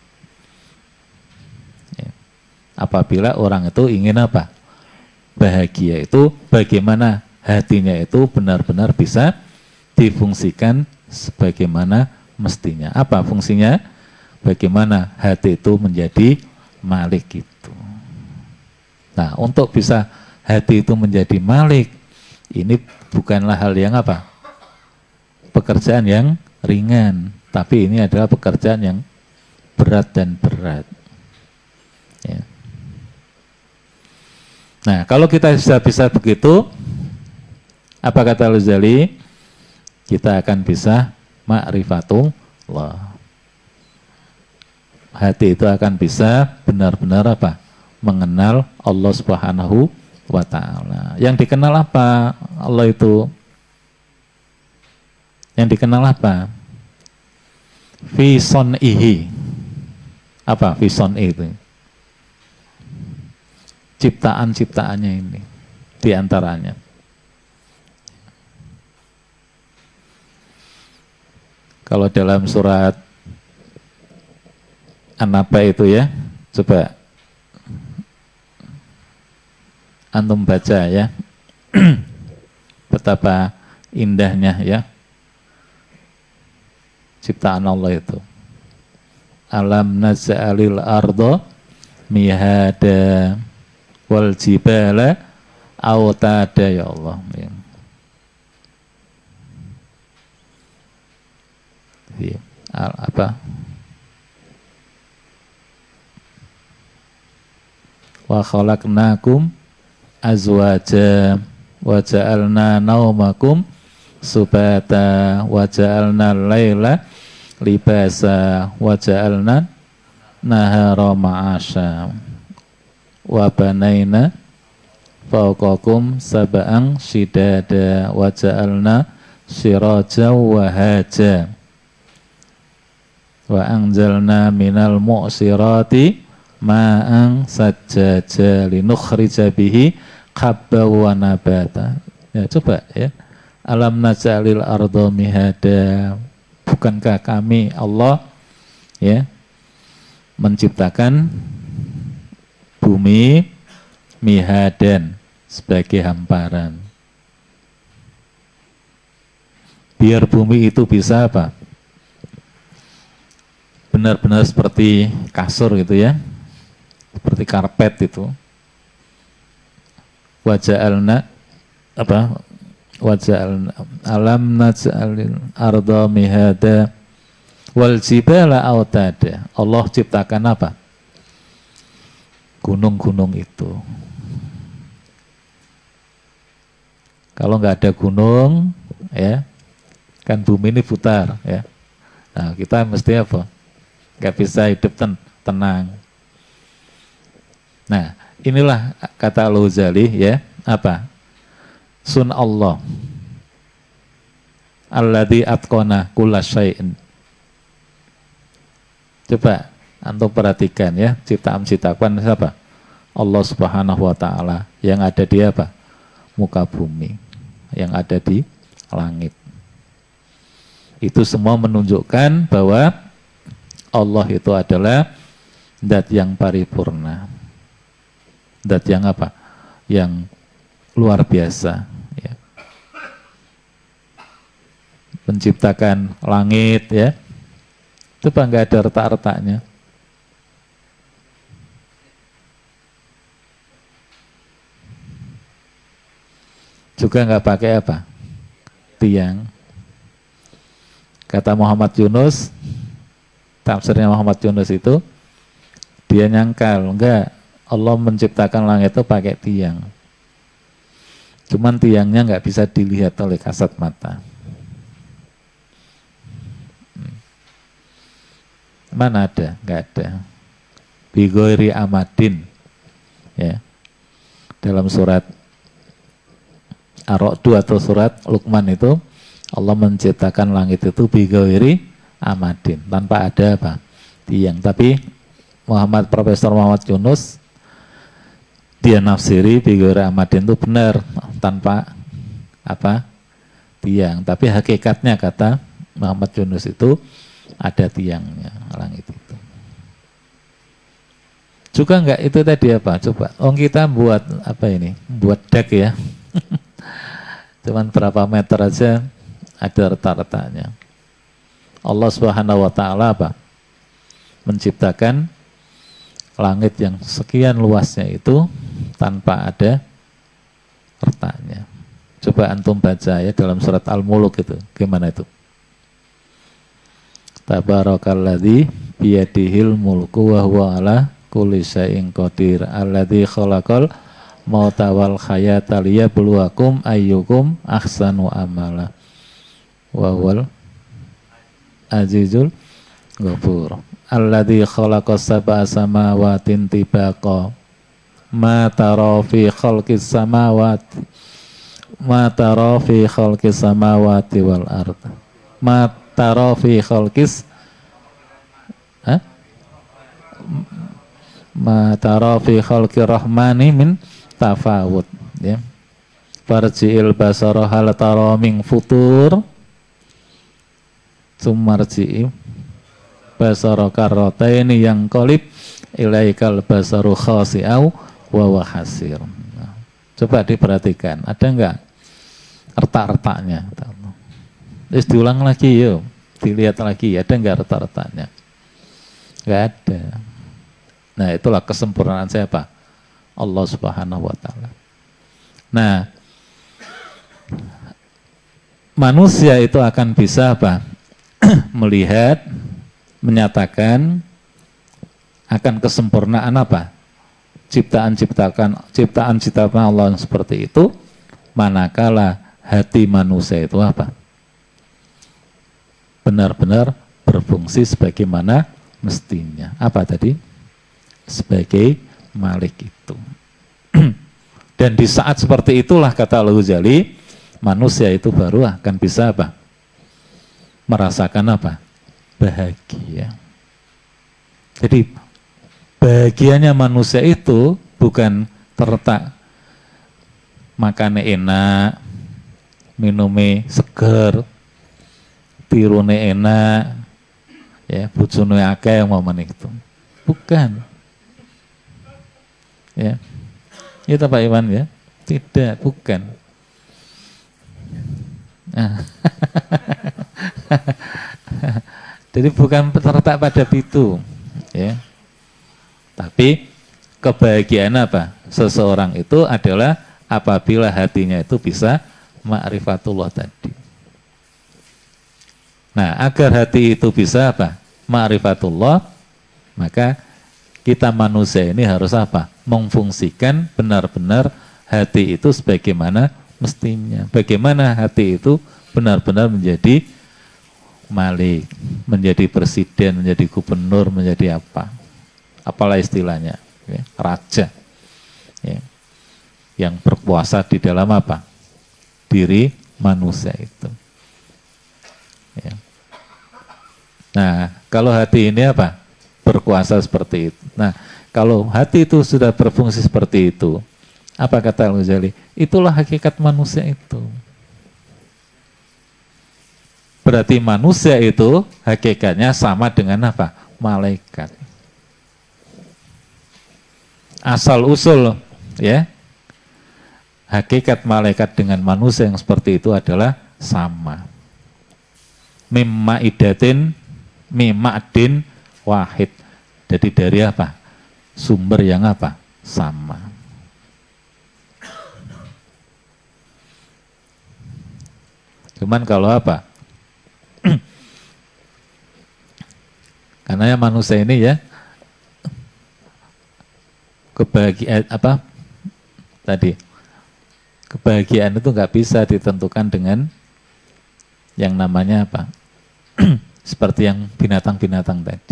Ya. Apabila orang itu ingin apa? Bahagia itu, bagaimana hatinya itu benar-benar bisa difungsikan sebagaimana mestinya. Apa fungsinya? Bagaimana hati itu menjadi malik itu. Nah, untuk bisa hati itu menjadi malik, ini bukanlah hal yang apa? Pekerjaan yang ringan, tapi ini adalah pekerjaan yang berat dan berat. Ya. Nah, kalau kita bisa begitu, apa kata Al-Ghazali? Kita akan bisa ma'rifatullah. Hati itu akan bisa benar-benar apa? Mengenal Allah Subhanahu wa ta'ala. Yang dikenal apa? Allah itu. Yang dikenal apa? Fi son'ihi. Apa fi son'i itu? Ciptaan-ciptaannya ini. Di antaranya. Kalau dalam surat An-Naba itu ya, coba antum baca ya. Betapa indahnya ya ciptaan Allah itu. Alam naj'alil arda mihada wal jibala autada, ya Allah. Ya. Apa? Wa khalaqnakum azwaja wa ja'alna naumakum subata wa ja'alna laila libasa wa ja'alna nahara ma'asha wa banaina fawqakum sab'an shidada wa ja'alna siraja wa haja wa anzalna minal mu'sirati ma'ang sajjaja linukhrija bihi habba wa nabata. Ya, coba ya. Alam naj'alil arda mihada. Bukankah kami Allah ya menciptakan bumi mihadan sebagai hamparan. Biar bumi itu bisa apa? Benar-benar seperti kasur gitu ya. Seperti karpet itu. Waja'alna apa? Waja'alna alam naj'alil arda mihada wal jibala autada. Allah ciptakan apa? Gunung-gunung itu. Kalau nggak ada gunung, ya, kan bumi ini putar, ya. Nah, kita mesti apa? Nggak bisa hidup tenang. Nah, inilah kata Al-Ghazali ya, apa? Sun Allah. Alladzi atqana kullasyai'in. Coba antum perhatikan ya, ciptaan siapa? Allah Subhanahu wa taala yang ada di apa? Muka bumi, yang ada di langit. Itu semua menunjukkan bahwa Allah itu adalah zat yang paripurna. Zat yang apa? Yang luar biasa ya. Menciptakan langit ya. Itu nggak ada retak-retaknya. Juga nggak pakai apa? Tiang. Kata Muhammad Yunus, tafsirnya Muhammad Yunus itu, dia nyangkal, enggak, Allah menciptakan langit itu pakai tiang. Cuman tiangnya nggak bisa dilihat oleh kasat mata. Mana ada? Nggak ada. Bigoiri amadin. Ya. Dalam surat Ar-Ra'd atau surat Luqman itu, Allah menciptakan langit itu bigoiri amadin. Tanpa ada apa? Tiang. Tapi Profesor Muhammad Yunus, dia nafsiri bigoiri amadin itu benar. Tanpa apa? Tiang. Tapi hakikatnya kata Muhammad Yunus itu, ada tiangnya langit itu. Juga enggak itu tadi apa? Coba, kita buat apa ini? Buat deck ya. Cuman berapa meter aja ada retak-retaknya. Allah Subhanahu wa taala apa? Menciptakan langit yang sekian luasnya itu tanpa ada retaknya. Coba antum baca ya dalam surat Al-Mulk itu. Gimana itu? Tabarakalladzi biyadihil mulku wa huwa ala kulli syai'in qadir alladzi khalaqal mauta wal hayata liyabluwakum ayyukum ahsanu amala wa huwal azizul ghafur alladzi khalaqas sab'a samawatin tibaqa ma tara fi khalqis samawati ma tara fi khalqis samawati wal ard ma tara fi khalqis ma tara fi khalqir rahmani min tafawut ya. Farji'il basara hal tara min futur sumarji'i basara karrataini yang qalib ilaikal basaru khasi'au wa wa hasir. Nah, coba diperhatikan, ada enggak retak-retaknya? Terus diulang lagi yuk, dilihat lagi, ada enggak retak-retaknya? Enggak ada. Nah, itulah kesempurnaan siapa? Allah Subhanahu wa taala. Nah, manusia itu akan bisa apa? Melihat, menyatakan akan kesempurnaan apa? Ciptaan Allah yang seperti itu, manakala hati manusia itu apa? Benar-benar berfungsi sebagaimana mestinya. Apa tadi? Sebagai malik itu. Dan di saat seperti itulah kata Al-Ghazali, manusia itu baru akan bisa apa? Merasakan apa? Bahagia. Jadi bahagianya manusia itu bukan terletak makannya enak, minumnya seger, tirune enak, ya bojone akeh momen itu. Bukan. Ya. Itu Pak Iwan ya? Tidak, bukan. Nah. Jadi bukan terletak pada itu, ya. Tapi kebahagiaan apa? Seseorang itu adalah apabila hatinya itu bisa ma'rifatullah tadi. Nah, agar hati itu bisa apa? Ma'rifatullah, maka kita manusia ini harus apa? Memfungsikan benar-benar hati itu sebagaimana mestinya. Bagaimana hati itu benar-benar menjadi malik, menjadi presiden, menjadi gubernur, menjadi apa? Apalah istilahnya, ya, raja, ya, yang berkuasa di dalam apa? Diri manusia itu. Ya. Nah, kalau hati ini apa? Berkuasa seperti itu. Nah, kalau hati itu sudah berfungsi seperti itu, apa kata Al-Ghazali? Itulah hakikat manusia itu. Berarti manusia itu hakikatnya sama dengan apa? Malaikat. Asal usul ya, hakikat malaikat dengan manusia yang seperti itu adalah sama. Mimma'idatin mima'din wahid. Jadi dari apa? Sumber yang apa? Sama. Cuman kalau apa? Karena ya manusia ini ya kebahagiaan apa tadi? Kebahagiaan itu nggak bisa ditentukan dengan yang namanya apa? Seperti yang binatang-binatang tadi.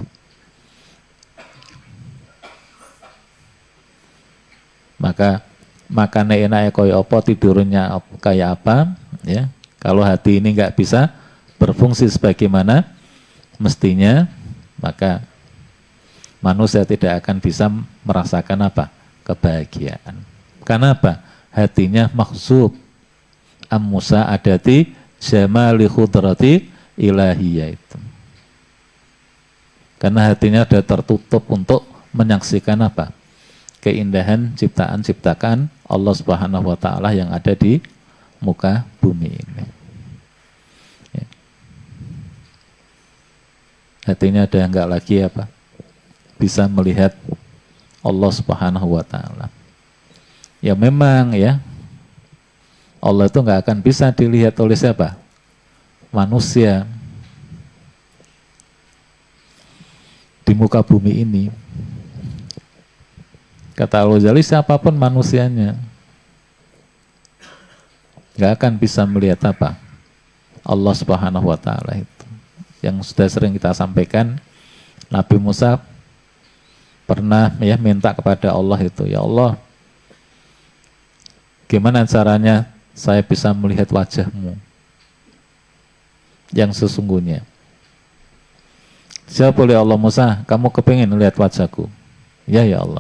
Maka makannya enak koyo apa, tidurnya kayak apa, ya. Kalau hati ini nggak bisa berfungsi sebagaimana mestinya, maka manusia tidak akan bisa merasakan apa? Kebahagiaan. Karena apa? Hatinya makhzub ammusa adati jamali khudrati ilahiyah itu. Karena hatinya sudah tertutup untuk menyaksikan apa? Keindahan ciptaan Allah Subhanahu wa taala yang ada di muka bumi ini. Ya. Hatinya ada enggak lagi apa? Bisa melihat Allah Subhanahu wa taala. Ya memang ya. Allah itu enggak akan bisa dilihat oleh siapa? Manusia. Di muka bumi ini. Kata Al-Ghazali, siapapun manusianya nggak akan bisa melihat apa? Allah Subhanahu wa taala itu. Yang sudah sering kita sampaikan, Nabi Musa pernah ya minta kepada Allah itu, ya Allah, gimana caranya saya bisa melihat wajahmu yang sesungguhnya? Siapa oleh Allah, Musa, kamu kepingin lihat wajahku? Ya Allah.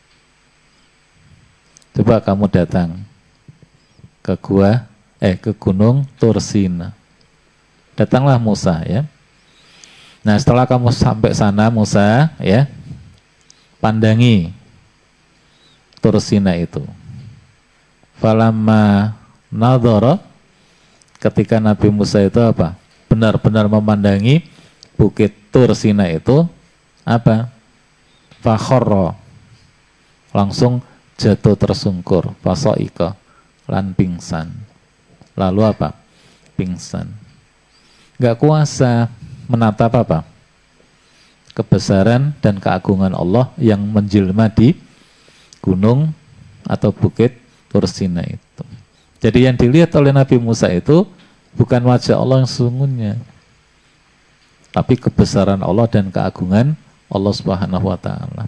Coba kamu datang ke ke gunung Tursina. Datanglah Musa ya. Nah, setelah kamu sampai sana Musa ya, pandangi Tursina itu. Falamma nadhara, ketika Nabi Musa itu apa? Benar-benar memandangi bukit Tursina itu apa? Fakhorra, langsung jatuh tersungkur, fasoika, lan pingsan. Lalu apa? Pingsan. Gak kuasa menatap apa? Kebesaran dan keagungan Allah yang menjelma di gunung atau bukit Tursina itu. Jadi yang dilihat oleh Nabi Musa itu bukan wajah Allah yang sesungguhnya, tapi kebesaran Allah dan keagungan Allah Subhanahu wa taala.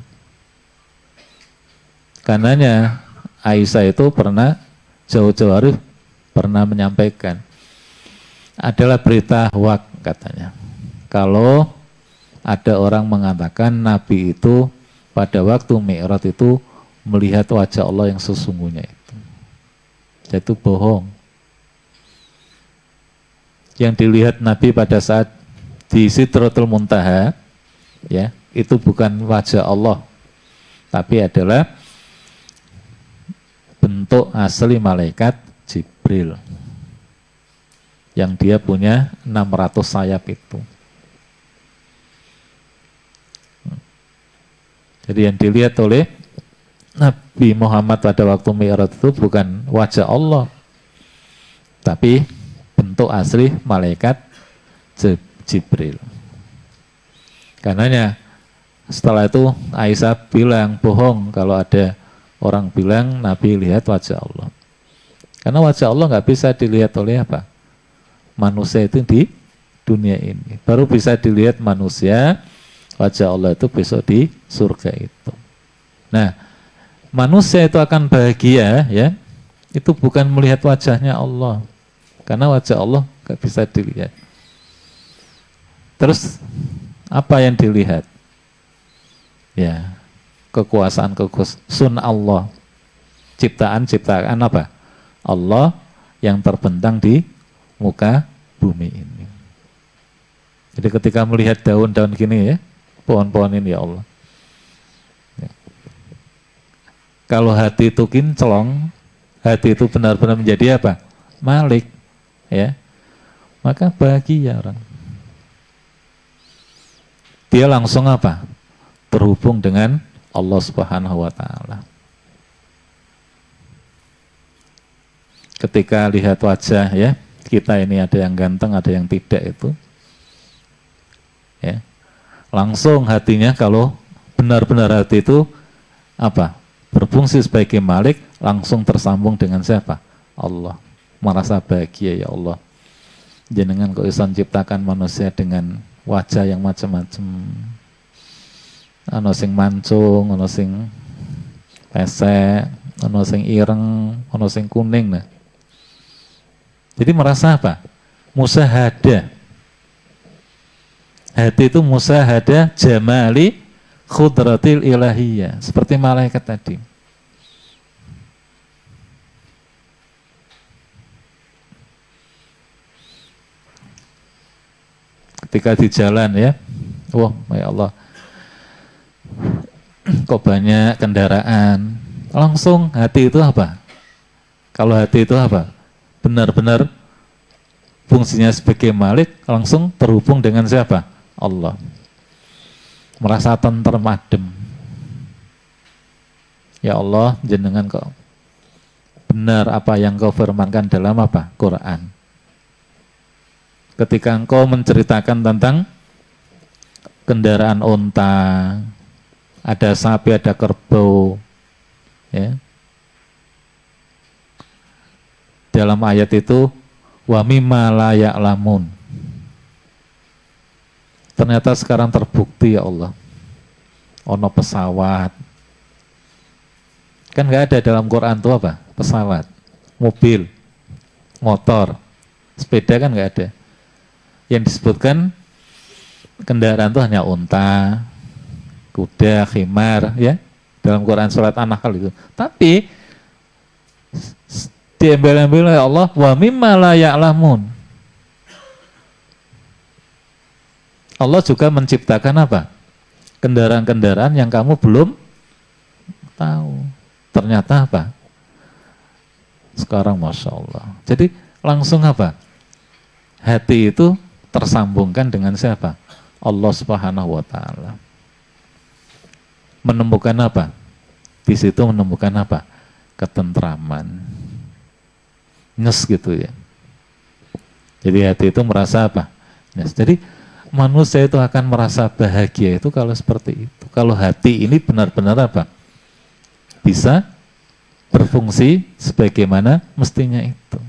Karenanya Aisyah itu pernah jauh-jauh hari pernah menyampaikan, adalah berita hoak katanya, kalau ada orang mengatakan Nabi itu pada waktu Mi'raj itu melihat wajah Allah yang sesungguhnya itu bohong. Yang dilihat Nabi pada saat di Sidratul Muntaha ya, itu bukan wajah Allah, tapi adalah bentuk asli malaikat Jibril yang dia punya 600 sayap itu. Jadi yang dilihat oleh Nabi Muhammad pada waktu Mi'raj itu bukan wajah Allah, tapi bentuk asli malaikat Jibril. Karenanya setelah itu Aisyah bilang bohong kalau ada orang bilang Nabi lihat wajah Allah. Karena wajah Allah nggak bisa dilihat oleh apa? Manusia itu di dunia ini. Baru bisa dilihat manusia, wajah Allah itu besok di surga itu. Nah, manusia itu akan bahagia ya, itu bukan melihat wajahnya Allah. Karena wajah Allah nggak bisa dilihat. Terus apa yang dilihat? Ya, sun Allah. Ciptaan apa? Allah yang terbentang di muka bumi ini. Jadi ketika melihat daun-daun gini ya, pohon-pohon ini ya Allah. Ya. Kalau hati itu kinclong, hati itu benar-benar menjadi apa? Malik, ya. Maka bahagia orang. Dia langsung apa? Terhubung dengan Allah Subhanahu wa taala. Ketika lihat wajah ya, kita ini ada yang ganteng, ada yang tidak itu. Ya. Langsung hatinya kalau benar-benar hati itu apa? Berfungsi sebagai malik, langsung tersambung dengan siapa? Allah. Merasa bahagia, ya Allah. Jenengan kok iso ciptakan manusia dengan wajah yang macam-macam. Ana sing mancung, ana sing pesek, ana sing ireng, ana sing kuning nah. Jadi merasa apa? Musahadah. Hati itu musahadah jamali khudratil ilahiyah. Seperti malaikat tadi. Ketika di jalan ya, wah, ya Allah, kok banyak kendaraan. Langsung hati itu apa? Kalau hati itu apa? Benar-benar fungsinya sebagai malik, langsung terhubung dengan siapa? Allah. Merasa tentrem adem. Ya Allah, jenengan kok benar apa yang kau firmankan dalam apa? Quran. Ketika engkau menceritakan tentang kendaraan onta, ada sapi, ada kerbau, ya. Dalam ayat itu, wa mimma la ya'lamun. Ternyata sekarang terbukti ya Allah. Ono pesawat. Kan nggak ada dalam Quran itu apa? Pesawat, mobil, motor, sepeda kan nggak ada. Yang disebutkan kendaraan itu hanya unta, kuda, khimar, ya, dalam Quran surat An-Nahl itu. Tapi diambil-ambil oleh Allah, wa mimma la ya'lamun. Allah juga menciptakan apa? Kendaraan-kendaraan yang kamu belum tahu. Ternyata apa? Sekarang Masya Allah. Jadi langsung apa? Hati itu tersambungkan dengan siapa? Allah Subhanahu wa taala. Menemukan apa? Di situ menemukan apa? Ketentraman. Nyes gitu ya. Jadi hati itu merasa apa? Nyes. Jadi manusia itu akan merasa bahagia itu kalau seperti itu. Kalau hati ini benar-benar apa? Bisa berfungsi sebagaimana mestinya itu.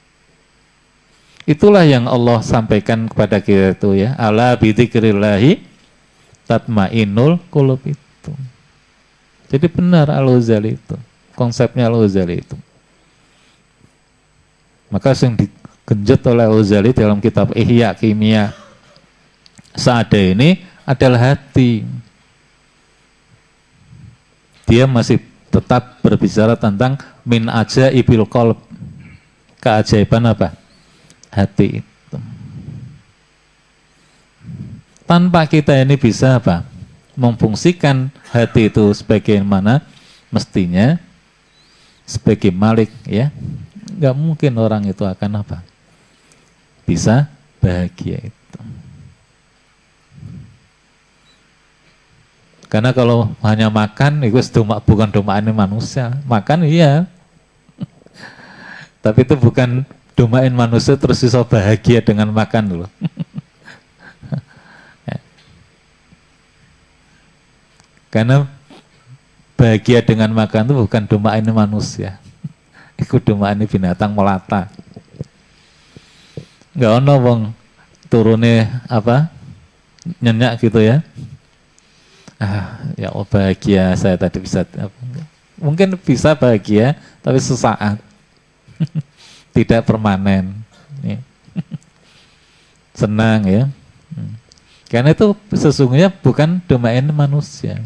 Itulah yang Allah sampaikan kepada kita itu ya. Ala bidzikrillahi tatmainnul qulub itu. Jadi benar Al-Ghazali itu. Konsepnya Al-Ghazali itu. Maka yang digenjot oleh Al-Ghazali dalam kitab Ihya Kimia Sa'ada ini adalah hati. Dia masih tetap berbicara tentang min ajaibil qalb. Keajaiban apa? Hati itu. Tanpa kita ini bisa apa? Memfungsikan hati itu sebagaimana mestinya, sebagai malik ya. Nggak mungkin orang itu akan apa? Bisa bahagia itu. Karena kalau hanya makan, itu bukan domain manusia. Makan iya. Tapi itu bukan domain manusia terus bisa bahagia dengan makan loh. Karena bahagia dengan makan itu bukan domain manusia. Itu domain binatang melata. Enggak ono wong turune apa? Nyenyak gitu ya. Ya Allah bahagia saya tadi bisa apa? Mungkin bisa bahagia tapi sesaat. Tidak permanen. Ya. Senang ya. Karena itu sesungguhnya bukan domain manusia.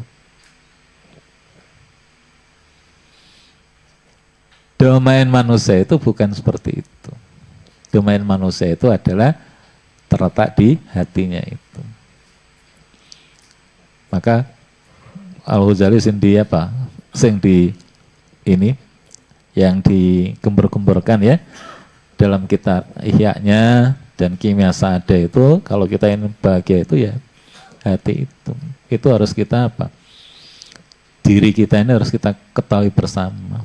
Domain manusia itu bukan seperti itu. Domain manusia itu adalah terletak di hatinya itu. Maka Al-Ghazali sendiri apa? Sing di ini yang digembur-gemburkan ya dalam kitab Ihya-nya dan Kimia Sa'ada itu, kalau kita ingin bahagia itu ya hati itu harus kita apa? Diri kita ini harus kita ketahui bersama.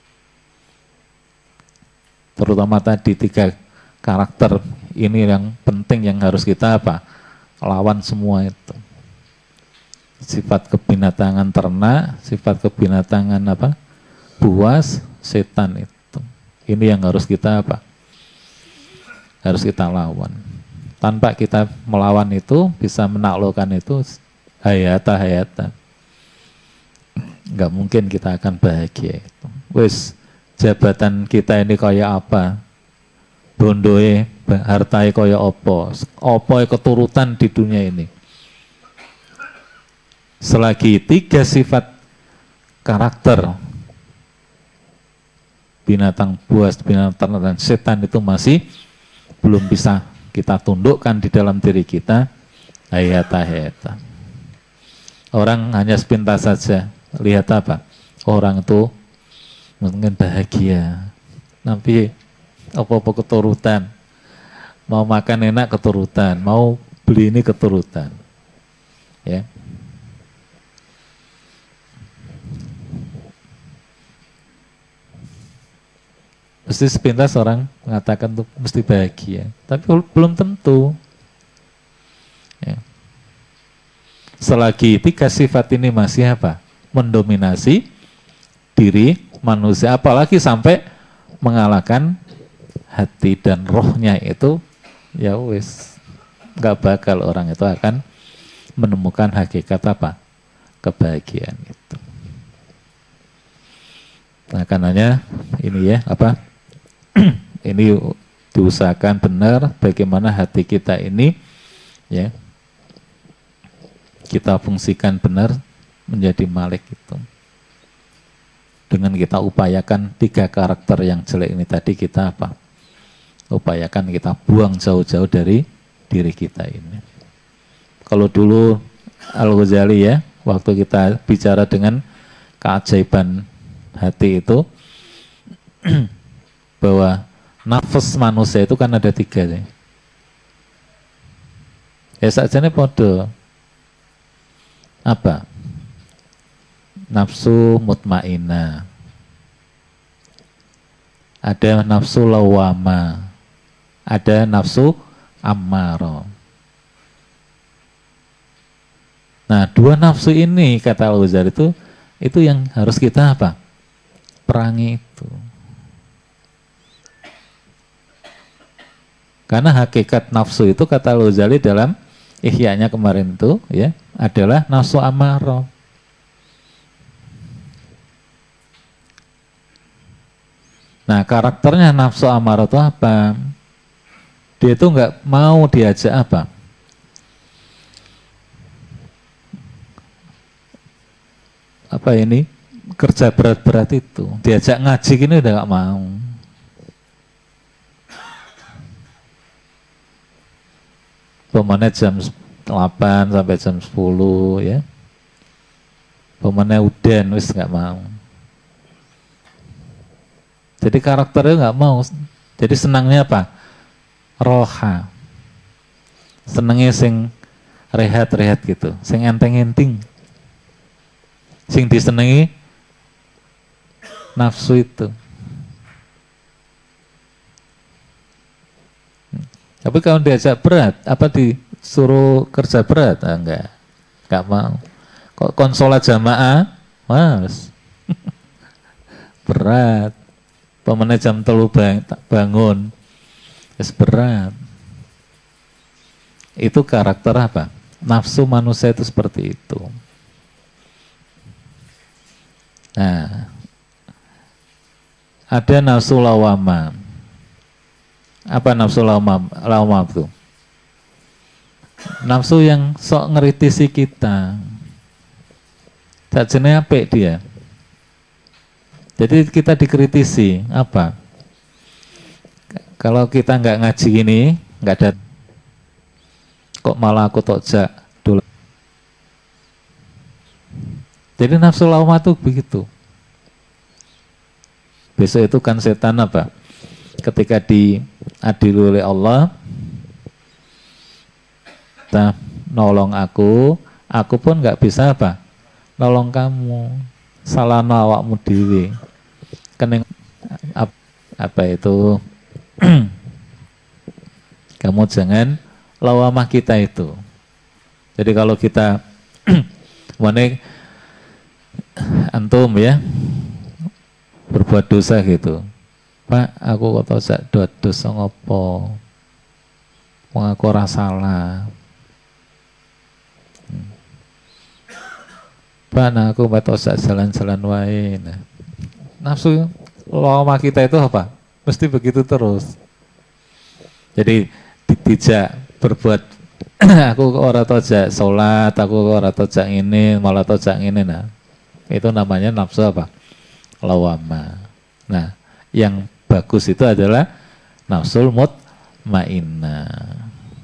Terutama tadi 3 karakter ini yang penting yang harus kita apa? Lawan semua itu. Sifat kebinatangan ternak, sifat kebinatangan apa? Buas, setan itu. Ini yang harus kita apa? Harus kita lawan. Tanpa kita melawan itu, bisa menaklukkan itu, hayata. Nggak mungkin kita akan bahagia itu. Wis, jabatan kita ini kayak apa? Bondoe, hartae kayak apa? Apa keturutan di dunia ini? Selagi 3 sifat karakter binatang buas, binatang ternak, dan setan itu masih belum bisa kita tundukkan di dalam diri kita, hayata. Orang hanya sepintas saja lihat apa? Orang itu mungkin bahagia, tapi apa-apa keturutan, mau makan enak keturutan, mau beli ini keturutan, ya. Mesti sepintas orang mengatakan tuh mesti bahagia, tapi belum tentu. Ya. Selagi 3 sifat ini masih apa? Mendominasi diri manusia, apalagi sampai mengalahkan hati dan rohnya itu, ya wis, nggak bakal orang itu akan menemukan hakikat apa? Kebahagiaan itu. Nah, karenanya ini ya apa? Ini diusahakan benar bagaimana hati kita ini ya kita fungsikan benar menjadi malik itu. Dengan kita upayakan 3 karakter yang jelek ini tadi kita apa? Upayakan kita buang jauh-jauh dari diri kita ini. Kalau dulu Al-Ghazali ya, waktu kita bicara dengan keajaiban hati itu bahwa nafas manusia itu kan ada 3 ya. Ya sajane podo apa? Nafsu mutmainah, ada nafsu lawama, ada nafsu ammaro. Nah, 2 nafsu ini kata Al-Ghazali itu yang harus kita apa? Perangi itu. Karena hakikat nafsu itu kata Al-Ghazali dalam Ihya-nya kemarin itu ya adalah nafsu ammaro. Nah, karakternya nafsu ammaro itu apa? Dia itu nggak mau diajak apa? Apa ini? Kerja berat-berat itu. Diajak ngaji gini udah nggak mau. Pemane jam 8 sampai jam 10 ya. Pemane udan wis nggak mau. Jadi karakternya nggak mau. Jadi senangnya apa? Roha. Senengnya sing rehat-rehat gitu, sing enteng-enteng. Sing disenengi nafsu itu. Tapi kalau diajak berat, apa disuruh kerja berat? Ah, enggak mau. Kok konsolat jamaah, mas, berat. Pemene jam 3 bangun, berat. Itu karakter apa? Nafsu manusia itu seperti itu. Nah, ada nafsu lawama. Apa nafsu lawama itu? Nafsu yang sok ngeritisi kita. Sajane apik dia. Jadi kita dikritisi apa? Kalau kita nggak ngaji gini, nggak ada, kok malah aku tojak dulu. Jadi nafsu lawamah itu begitu. Besok itu kan setan apa? Ketika diadili oleh Allah, kita nolong aku pun nggak bisa apa? Nolong kamu. Salah awakmu dewe. Kening apa itu? Kamu jangan lawamah kita itu. Jadi kalau kita mana antum ya berbuat dosa gitu, Pak, aku kok tau dosa ngopo, wong aku ora salah. Pak, nah aku tau jalan-jalan wae. Nah, nafsu lawamah kita itu apa? Mesti begitu terus. Jadi tidak berbuat aku ora tojak sholat, aku ora tojak ini, malah tojak ini. Nah, itu namanya nafsu apa? Lawamah. Nah, yang bagus itu adalah nafsul mutmainnah.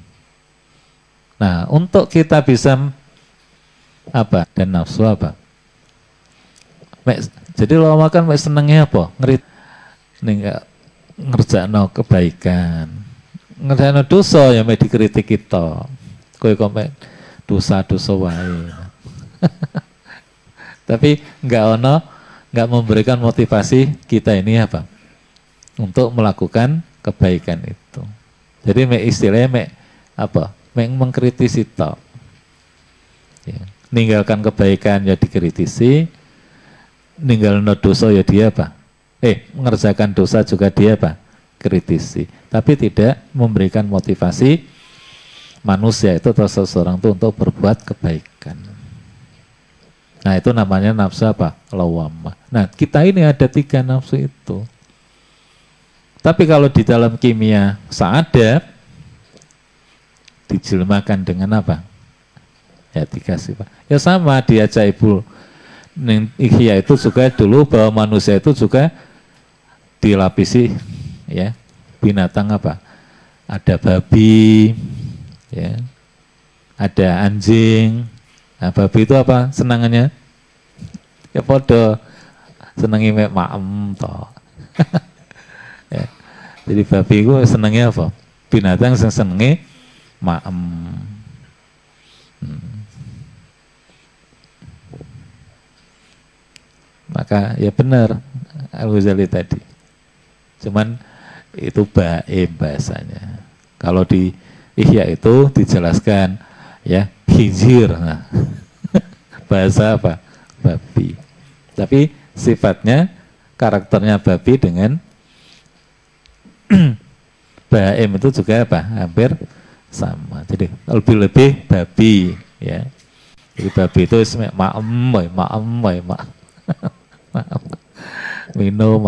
Nah, untuk kita bisa apa? Dan nafsu apa? Jadi lawamah kan senengnya apa? Ngerjakno kebaikan. Ngerjakno dosa ya mek dikritik kita. Kowe kok mek dosa-dosa wae. Tapi enggak memberikan motivasi kita ini apa? Untuk melakukan kebaikan itu. Jadi mek istilahnya mek apa? Mek mengkritisi tok. Ya. Ninggalkan kebaikan ya dikritisi, ninggalno dosa ya dia apa? Mengerjakan dosa juga dia apa? Kritisi. Tapi tidak memberikan motivasi manusia itu atau seseorang itu untuk berbuat kebaikan. Nah, itu namanya nafsu apa? Lawamah. Nah, kita ini ada 3 nafsu itu. Tapi kalau di dalam kimia sa'adat dijelmakan dengan apa? Ya 3 sifat. Ya sama di Ajaibul Ihya itu juga dulu bahwa manusia itu juga dilapisi ya binatang apa? Ada babi, ya, ada anjing. Nah, babi itu apa senangannya? Ya podo senangi mek maem toh. Ya. Jadi babi itu senangnya apa? Binatang yang senangi maem. Maka ya benar Al-Ghazali tadi. Cuman itu baim bahasanya. Kalau di Ihya itu dijelaskan ya khinzir. Nah, bahasa apa? Babi. Tapi sifatnya karakternya babi dengan baim itu juga apa? Hampir sama. Jadi lebih-lebih babi ya. Jadi babi itu maem, minum.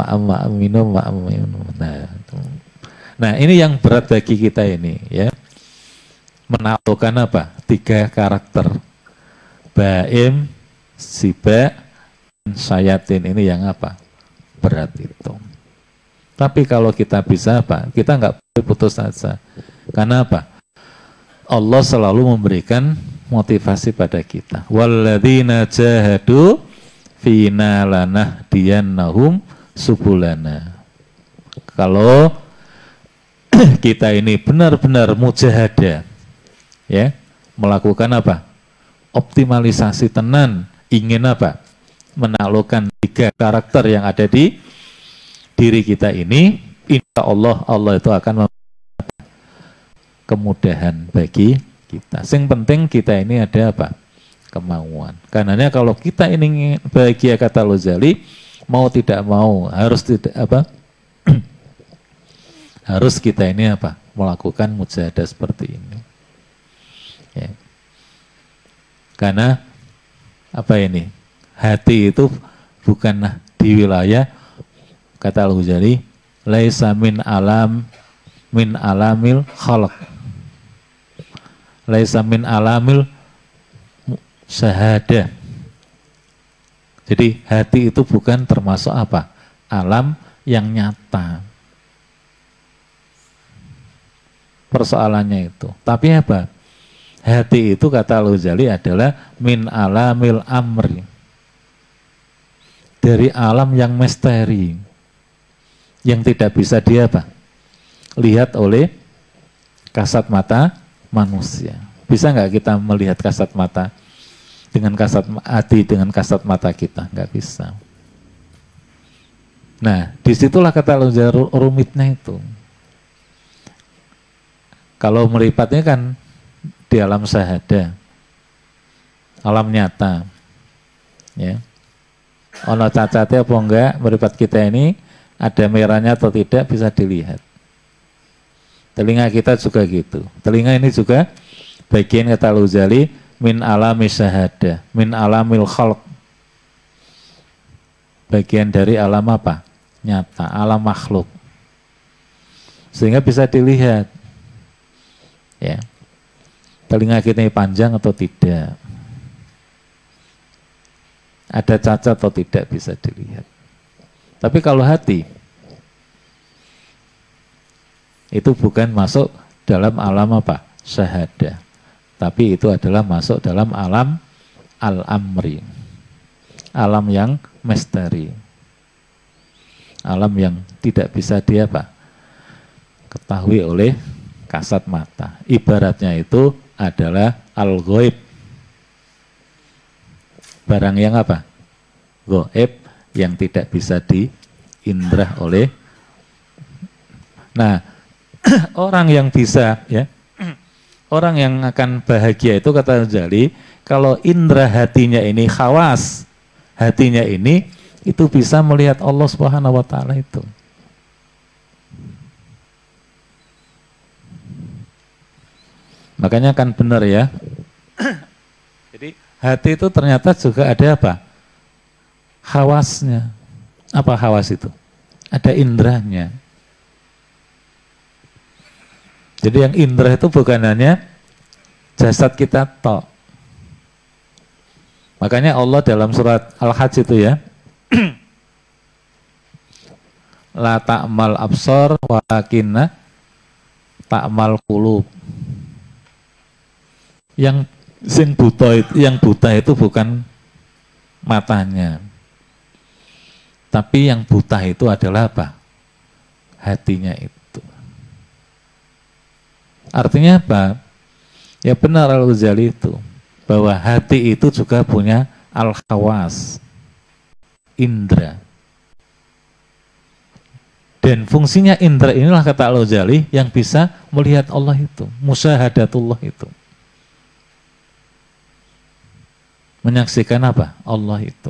Nah, ini yang berat bagi kita ini ya. Menaklukkan apa? 3 karakter. Baim, siba, syayatin ini yang apa? Berat itu. Tapi kalau kita bisa apa? Kita nggak boleh putus asa. Karena apa? Allah selalu memberikan motivasi pada kita. Walladzina jahadu fina lanahdiyannahum subulana. Kalau kita ini benar-benar mujahadah ya, melakukan apa? Optimalisasi tenan, ingin apa? Menaklukkan 3 karakter yang ada di diri kita ini, insya Allah Allah itu akan memberikan kemudahan bagi kita. Yang penting kita ini ada apa? Kemauan. Karenanya kalau kita ingin bahagia kata Ghazali, mau tidak mau harus tidak apa? Harus kita ini apa? Melakukan mujahadah seperti ini. Ya. Karena apa ini? Hati itu bukanlah di wilayah kata Al-Ghazali, laisa min alamil khalq. laisa min alamil syahadah. Jadi hati itu bukan termasuk apa? Alam yang nyata. Persoalannya itu. Tapi apa? Hati itu kata Al-Ghazali adalah min alamil amri. Dari alam yang misteri. Yang tidak bisa dia apa? Lihat oleh kasat mata manusia. Bisa nggak kita melihat kasat mata dengan kasat hati dengan kasat mata kita? Nggak bisa. Nah, disitulah kata Al-Ghazali rumitnya itu. Kalau melipatnya kan di alam syahadah, alam nyata, ya. Ono cacatnya apa enggak meripat kita ini, ada merahnya atau tidak bisa dilihat. Telinga kita juga gitu. Telinga ini juga bagian kata Al-Ghazali min alami syahadah, min alamil khalq. Bagian dari alam apa? Nyata, alam makhluk. Sehingga bisa dilihat. Ya. Telinga kita ini panjang atau tidak? Ada cacat atau tidak bisa dilihat. Tapi kalau hati itu bukan masuk dalam alam apa? Syahadah. Tapi itu adalah masuk dalam alam al-amri. Alam yang misteri. Alam yang tidak bisa dia apa? Ketahui oleh kasat mata. Ibaratnya itu adalah al-ghaib. Barang yang apa? Ghaib yang tidak bisa diindrah oleh. Nah, orang yang bisa ya, orang yang akan bahagia itu kata Ghazali, kalau indra hatinya ini khawas, hatinya ini itu bisa melihat Allah Subhanahu wa taala itu. Makanya kan benar ya. Jadi hati itu ternyata juga ada apa? Khawasnya. Apa khawas itu? Ada indranya. Jadi yang indra itu bukan hanya jasad kita tok. Makanya Allah dalam surat Al-Hajj itu ya, la ta'mal absar walakinna ta'mal qulub. Yang buta itu bukan matanya. Tapi yang buta itu adalah apa? Hatinya itu. Artinya apa? Ya benar Al-Ghazali itu, bahwa hati itu juga punya al-khawas, indra. Dan fungsinya indra inilah kata Al-Ghazali yang bisa melihat Allah itu, musyahadatullah itu. Menyaksikan apa? Allah itu.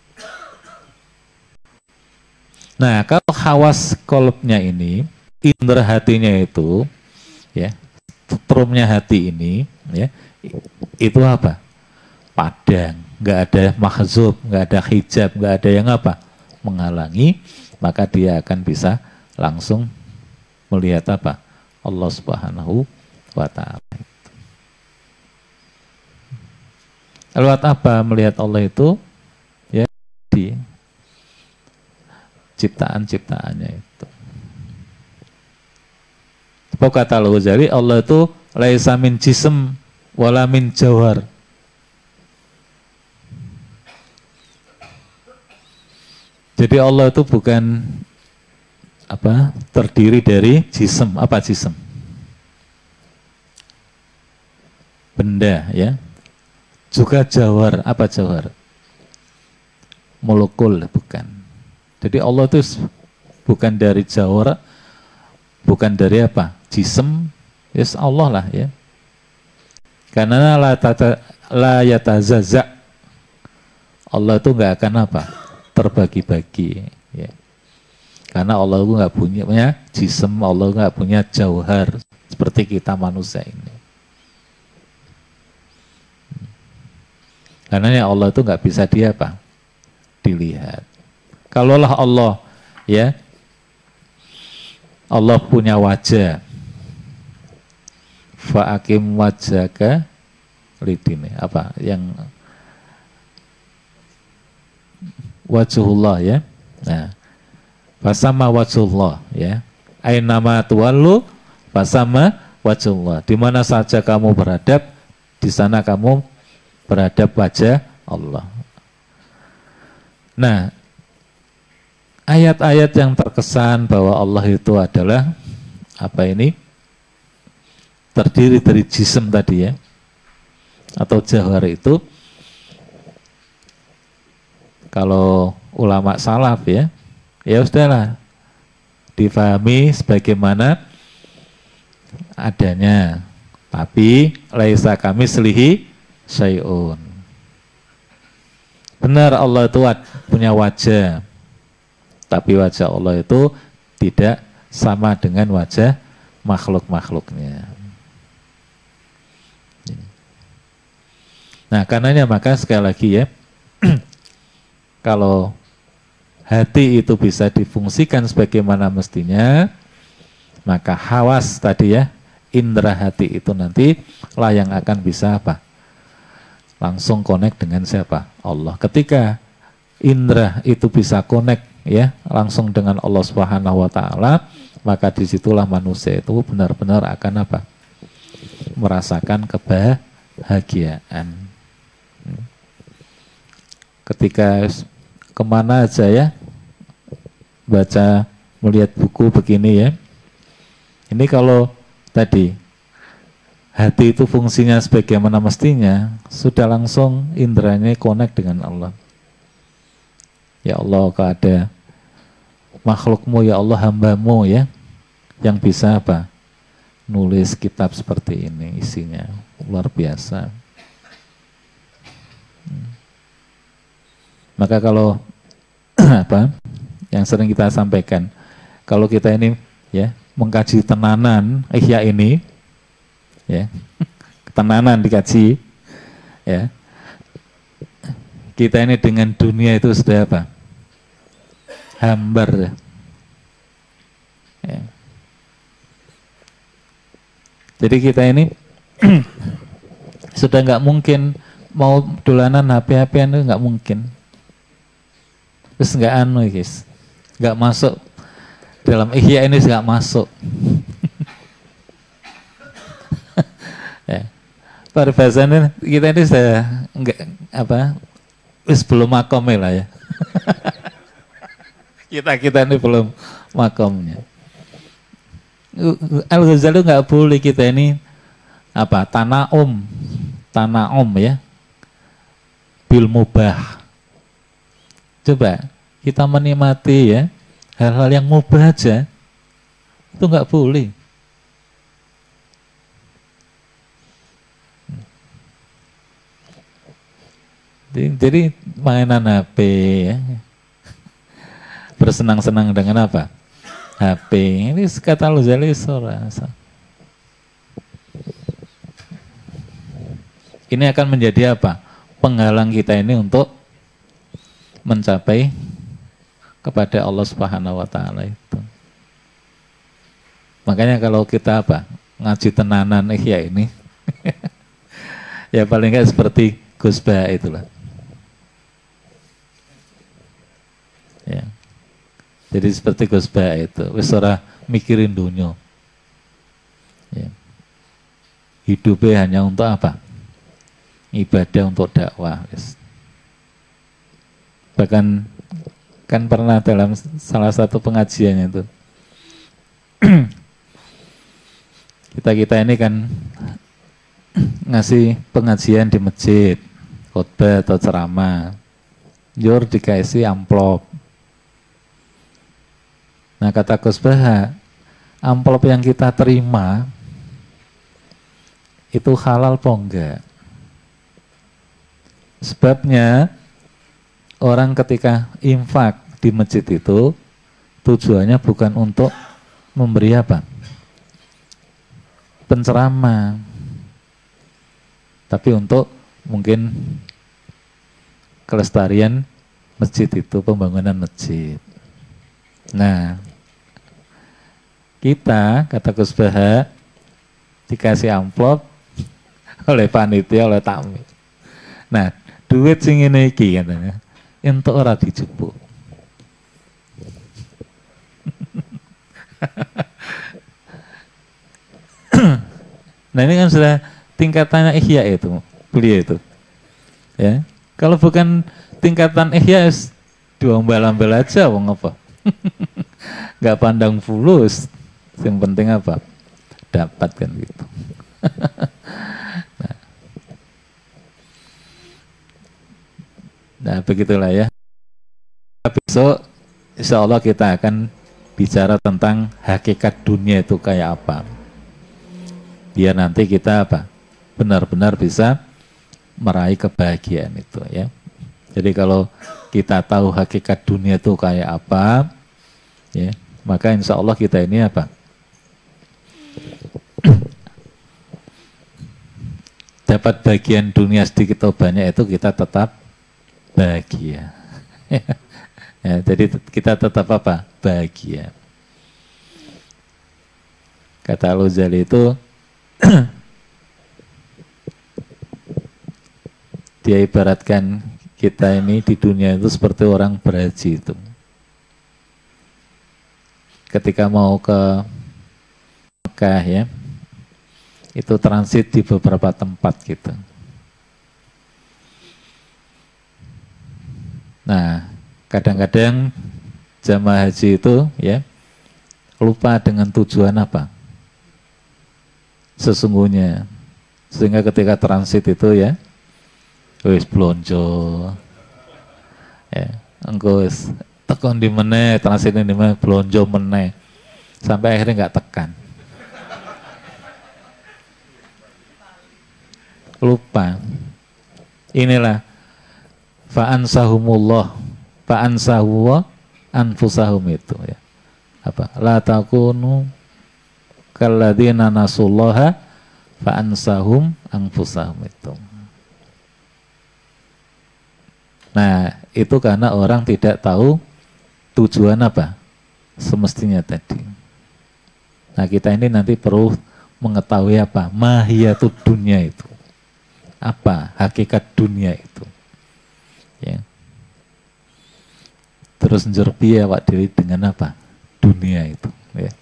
Nah, kalau khawas kolbnya ini, indra hatinya itu, ya, trumnya hati ini, ya, itu apa? Padang, nggak ada mahzub, nggak ada hijab, nggak ada yang apa? Menghalangi, maka dia akan bisa langsung melihat apa? Allah Subhanahu wa ta'ala. Lewat apa melihat Allah itu? Ya, di ciptaan-ciptaannya itu. Pokok kata Al-Ghazali, Allah itu laisa min jism wala min jawhar. Jadi Allah itu bukan apa? Terdiri dari jism. Apa jism? Benda ya. Juga jawhar. Apa jawhar? Molekul, bukan. Jadi Allah itu bukan dari jawhar, bukan dari apa? Jism, yes Allah lah ya. Karena la yatazaza. Allah itu nggak akan apa? Terbagi-bagi ya. Karena Allah itu nggak punya jism, Allah nggak punya jauhar seperti kita manusia ini. Karena Allah itu nggak bisa dia apa? Dilihat. Kalaulah Allah ya, Allah punya wajah, Fa'akim wajhaka lidini. Apa yang wajhullah ya. Nah, fasama wajhullah ya. Ainama tuwallu fasama wajhullah. Di mana saja kamu beradab, di sana kamu beradab wajah Allah. Nah, ayat-ayat yang terkesan bahwa Allah itu adalah apa ini? Terdiri dari jism tadi ya. Atau jawhar itu kalau ulama salaf ya, ya sudahlah difahami sebagaimana adanya. Tapi laisa kami selihi syai'un. Benar Allah itu punya wajah. Tapi wajah Allah itu tidak sama dengan wajah makhluk-makhluknya. Nah, karenanya maka sekali lagi ya, kalau hati itu bisa difungsikan sebagaimana mestinya, maka hawas tadi ya, indera hati itu nanti lah yang akan bisa apa? Langsung connect dengan siapa? Allah. Ketika indera itu bisa connect ya, langsung dengan Allah Subhanahu wa taala, maka disitulah manusia itu benar-benar akan apa? Merasakan kebahagiaan. Ketika kemana aja ya, baca, melihat buku begini ya, ini kalau tadi hati itu fungsinya sebagaimana mestinya, sudah langsung inderanya connect dengan Allah. Ya Allah, kau ada makhlukmu ya Allah, hambamu ya, yang bisa apa? Nulis kitab seperti ini, isinya luar biasa. Maka kalau apa yang sering kita sampaikan, kalau kita ini ya mengkaji tenanan ihya ini ya, tenanan dikaji ya, kita ini dengan dunia itu sudah apa? Hambar ya. Jadi kita ini sudah nggak mungkin mau dolanan HP-HP-an itu nggak mungkin. Terus nggak guys, nggak masuk dalam ihya ini, nggak masuk. Ya. Perbahasannya kita ini sudah nggak apa, wis belum makomnya lah ya. kita ini belum makomnya. Al-Ghazali nggak boleh kita ini apa tanaum ya, bil mubah. Coba kita menikmati ya hal-hal yang mubah aja, itu nggak boleh. Jadi mainan HP ya, bersenang-senang dengan apa? HP. Ini kata Al-Ghazali ini akan menjadi apa? Penghalang kita ini untuk mencapai kepada Allah Subhanahu wa taala itu. Makanya kalau kita apa? Ngaji tenanan ihya ini ya paling enggak seperti Gus Bah itulah. Ya. Jadi seperti Gus Bah itu, wis ora mikirin dunia. Ya. Hidupnya hanya untuk apa? Ibadah, untuk dakwah. Bahkan kan pernah dalam salah satu pengajian itu kita ini kan ngasih pengajian di masjid, khotbah atau ceramah, jor dikasih amplop. Nah kata Gus Bah, amplop yang kita terima itu halal apa enggak? Sebabnya orang ketika infak di masjid itu tujuannya bukan untuk memberi apa? Penceramah. Tapi untuk mungkin kelestarian masjid itu, pembangunan masjid. Nah, kita kata Gus Bah, dikasih amplop oleh panitia, oleh tamu. Nah, duit sing ngene iki katanya, entuk ora dijupuk. Nah, ini kan sudah tingkatannya ihya itu, beliau itu. Ya. Kalau bukan tingkatan ihya, diombal-ambal aja wong apa. Nggak pandang fulus. Yang penting apa? Dapat kan gitu. Nah, begitulah ya. Besok insya Allah kita akan bicara tentang hakikat dunia itu kayak apa. Biar nanti kita apa? Benar-benar bisa meraih kebahagiaan itu ya. Jadi kalau kita tahu hakikat dunia itu kayak apa, ya, maka insya Allah kita ini apa? Dapat bagian dunia sedikit atau banyak itu kita tetap bahagia. Ya, jadi kita tetap apa? Bahagia. Kata Al-Ghazali itu dia ibaratkan kita ini di dunia itu seperti orang berhaji itu. Ketika mau ke Mekah ya, itu transit di beberapa tempat gitu. Nah, kadang-kadang jamaah haji itu ya lupa dengan tujuan apa sesungguhnya, sehingga ketika transit itu ya wis blonjo ya, engko wis tekon di meneh, transit di meneh, blonjo meneh, sampai akhirnya nggak tekan, lupa. Inilah fa'ansahumullah fa'ansahuwa anfusahum itu ya. Apa? La takunu kalladzina nasullaha fa'ansahum anfusahum itu. Nah, itu karena orang tidak tahu tujuan apa semestinya tadi. Nah, kita ini nanti perlu mengetahui apa mahiyatud dunia itu. Apa hakikat dunia itu. Ya. Terus njerpi awak diri dengan apa? Dunia itu. Ya.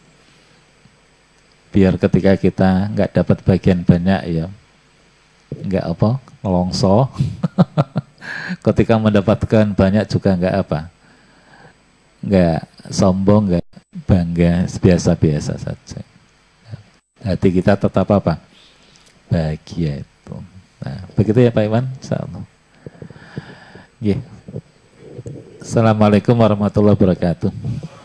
Biar ketika kita nggak dapat bagian banyak ya, nggak apa, ngelongso. Ketika mendapatkan banyak juga nggak apa, nggak sombong, nggak bangga, biasa-biasa saja. Hati kita tetap apa? Bahagia itu. Nah, begitu ya Pak Iwan. Insyaallah. Yeah. Assalamualaikum warahmatullahi wabarakatuh.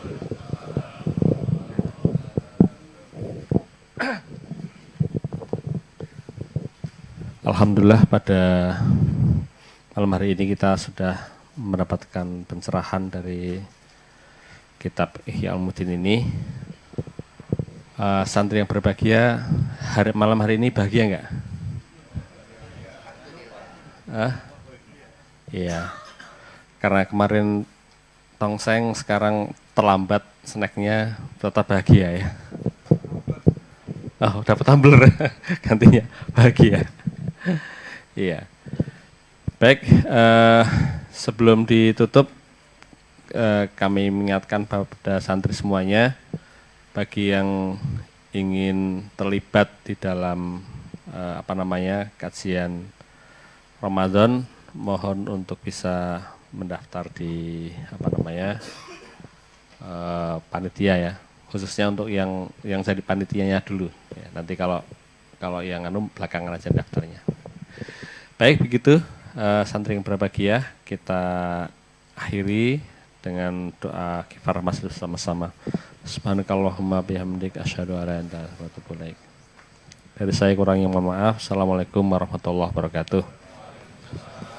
Alhamdulillah pada malam hari ini kita sudah mendapatkan pencerahan dari kitab Ihya Ulumuddin ini. Santri yang berbahagia, malam hari ini bahagia enggak? Iya. Karena kemarin tongseng, sekarang terlambat snacknya, tetap bahagia ya. Oh, dapat tumbler gantinya bahagia. Iya. Baik, sebelum ditutup kami mengingatkan pada santri semuanya, bagi yang ingin terlibat di dalam kajian Ramadan, mohon untuk bisa mendaftar di panitia ya, khususnya untuk yang jadi panitianya dulu. Ya, nanti kalau yang belakangan aja daftarnya. Baik, begitu santri yang berbahagia, kita akhiri dengan doa kifarah masjid bersama-sama. Subhanakallahumma bihamdik asyhadu an la ilaha illa anta astaghfiruka wa atubu ilaik. Dari saya kurang yang mohon maaf. Assalamualaikum warahmatullahi wabarakatuh.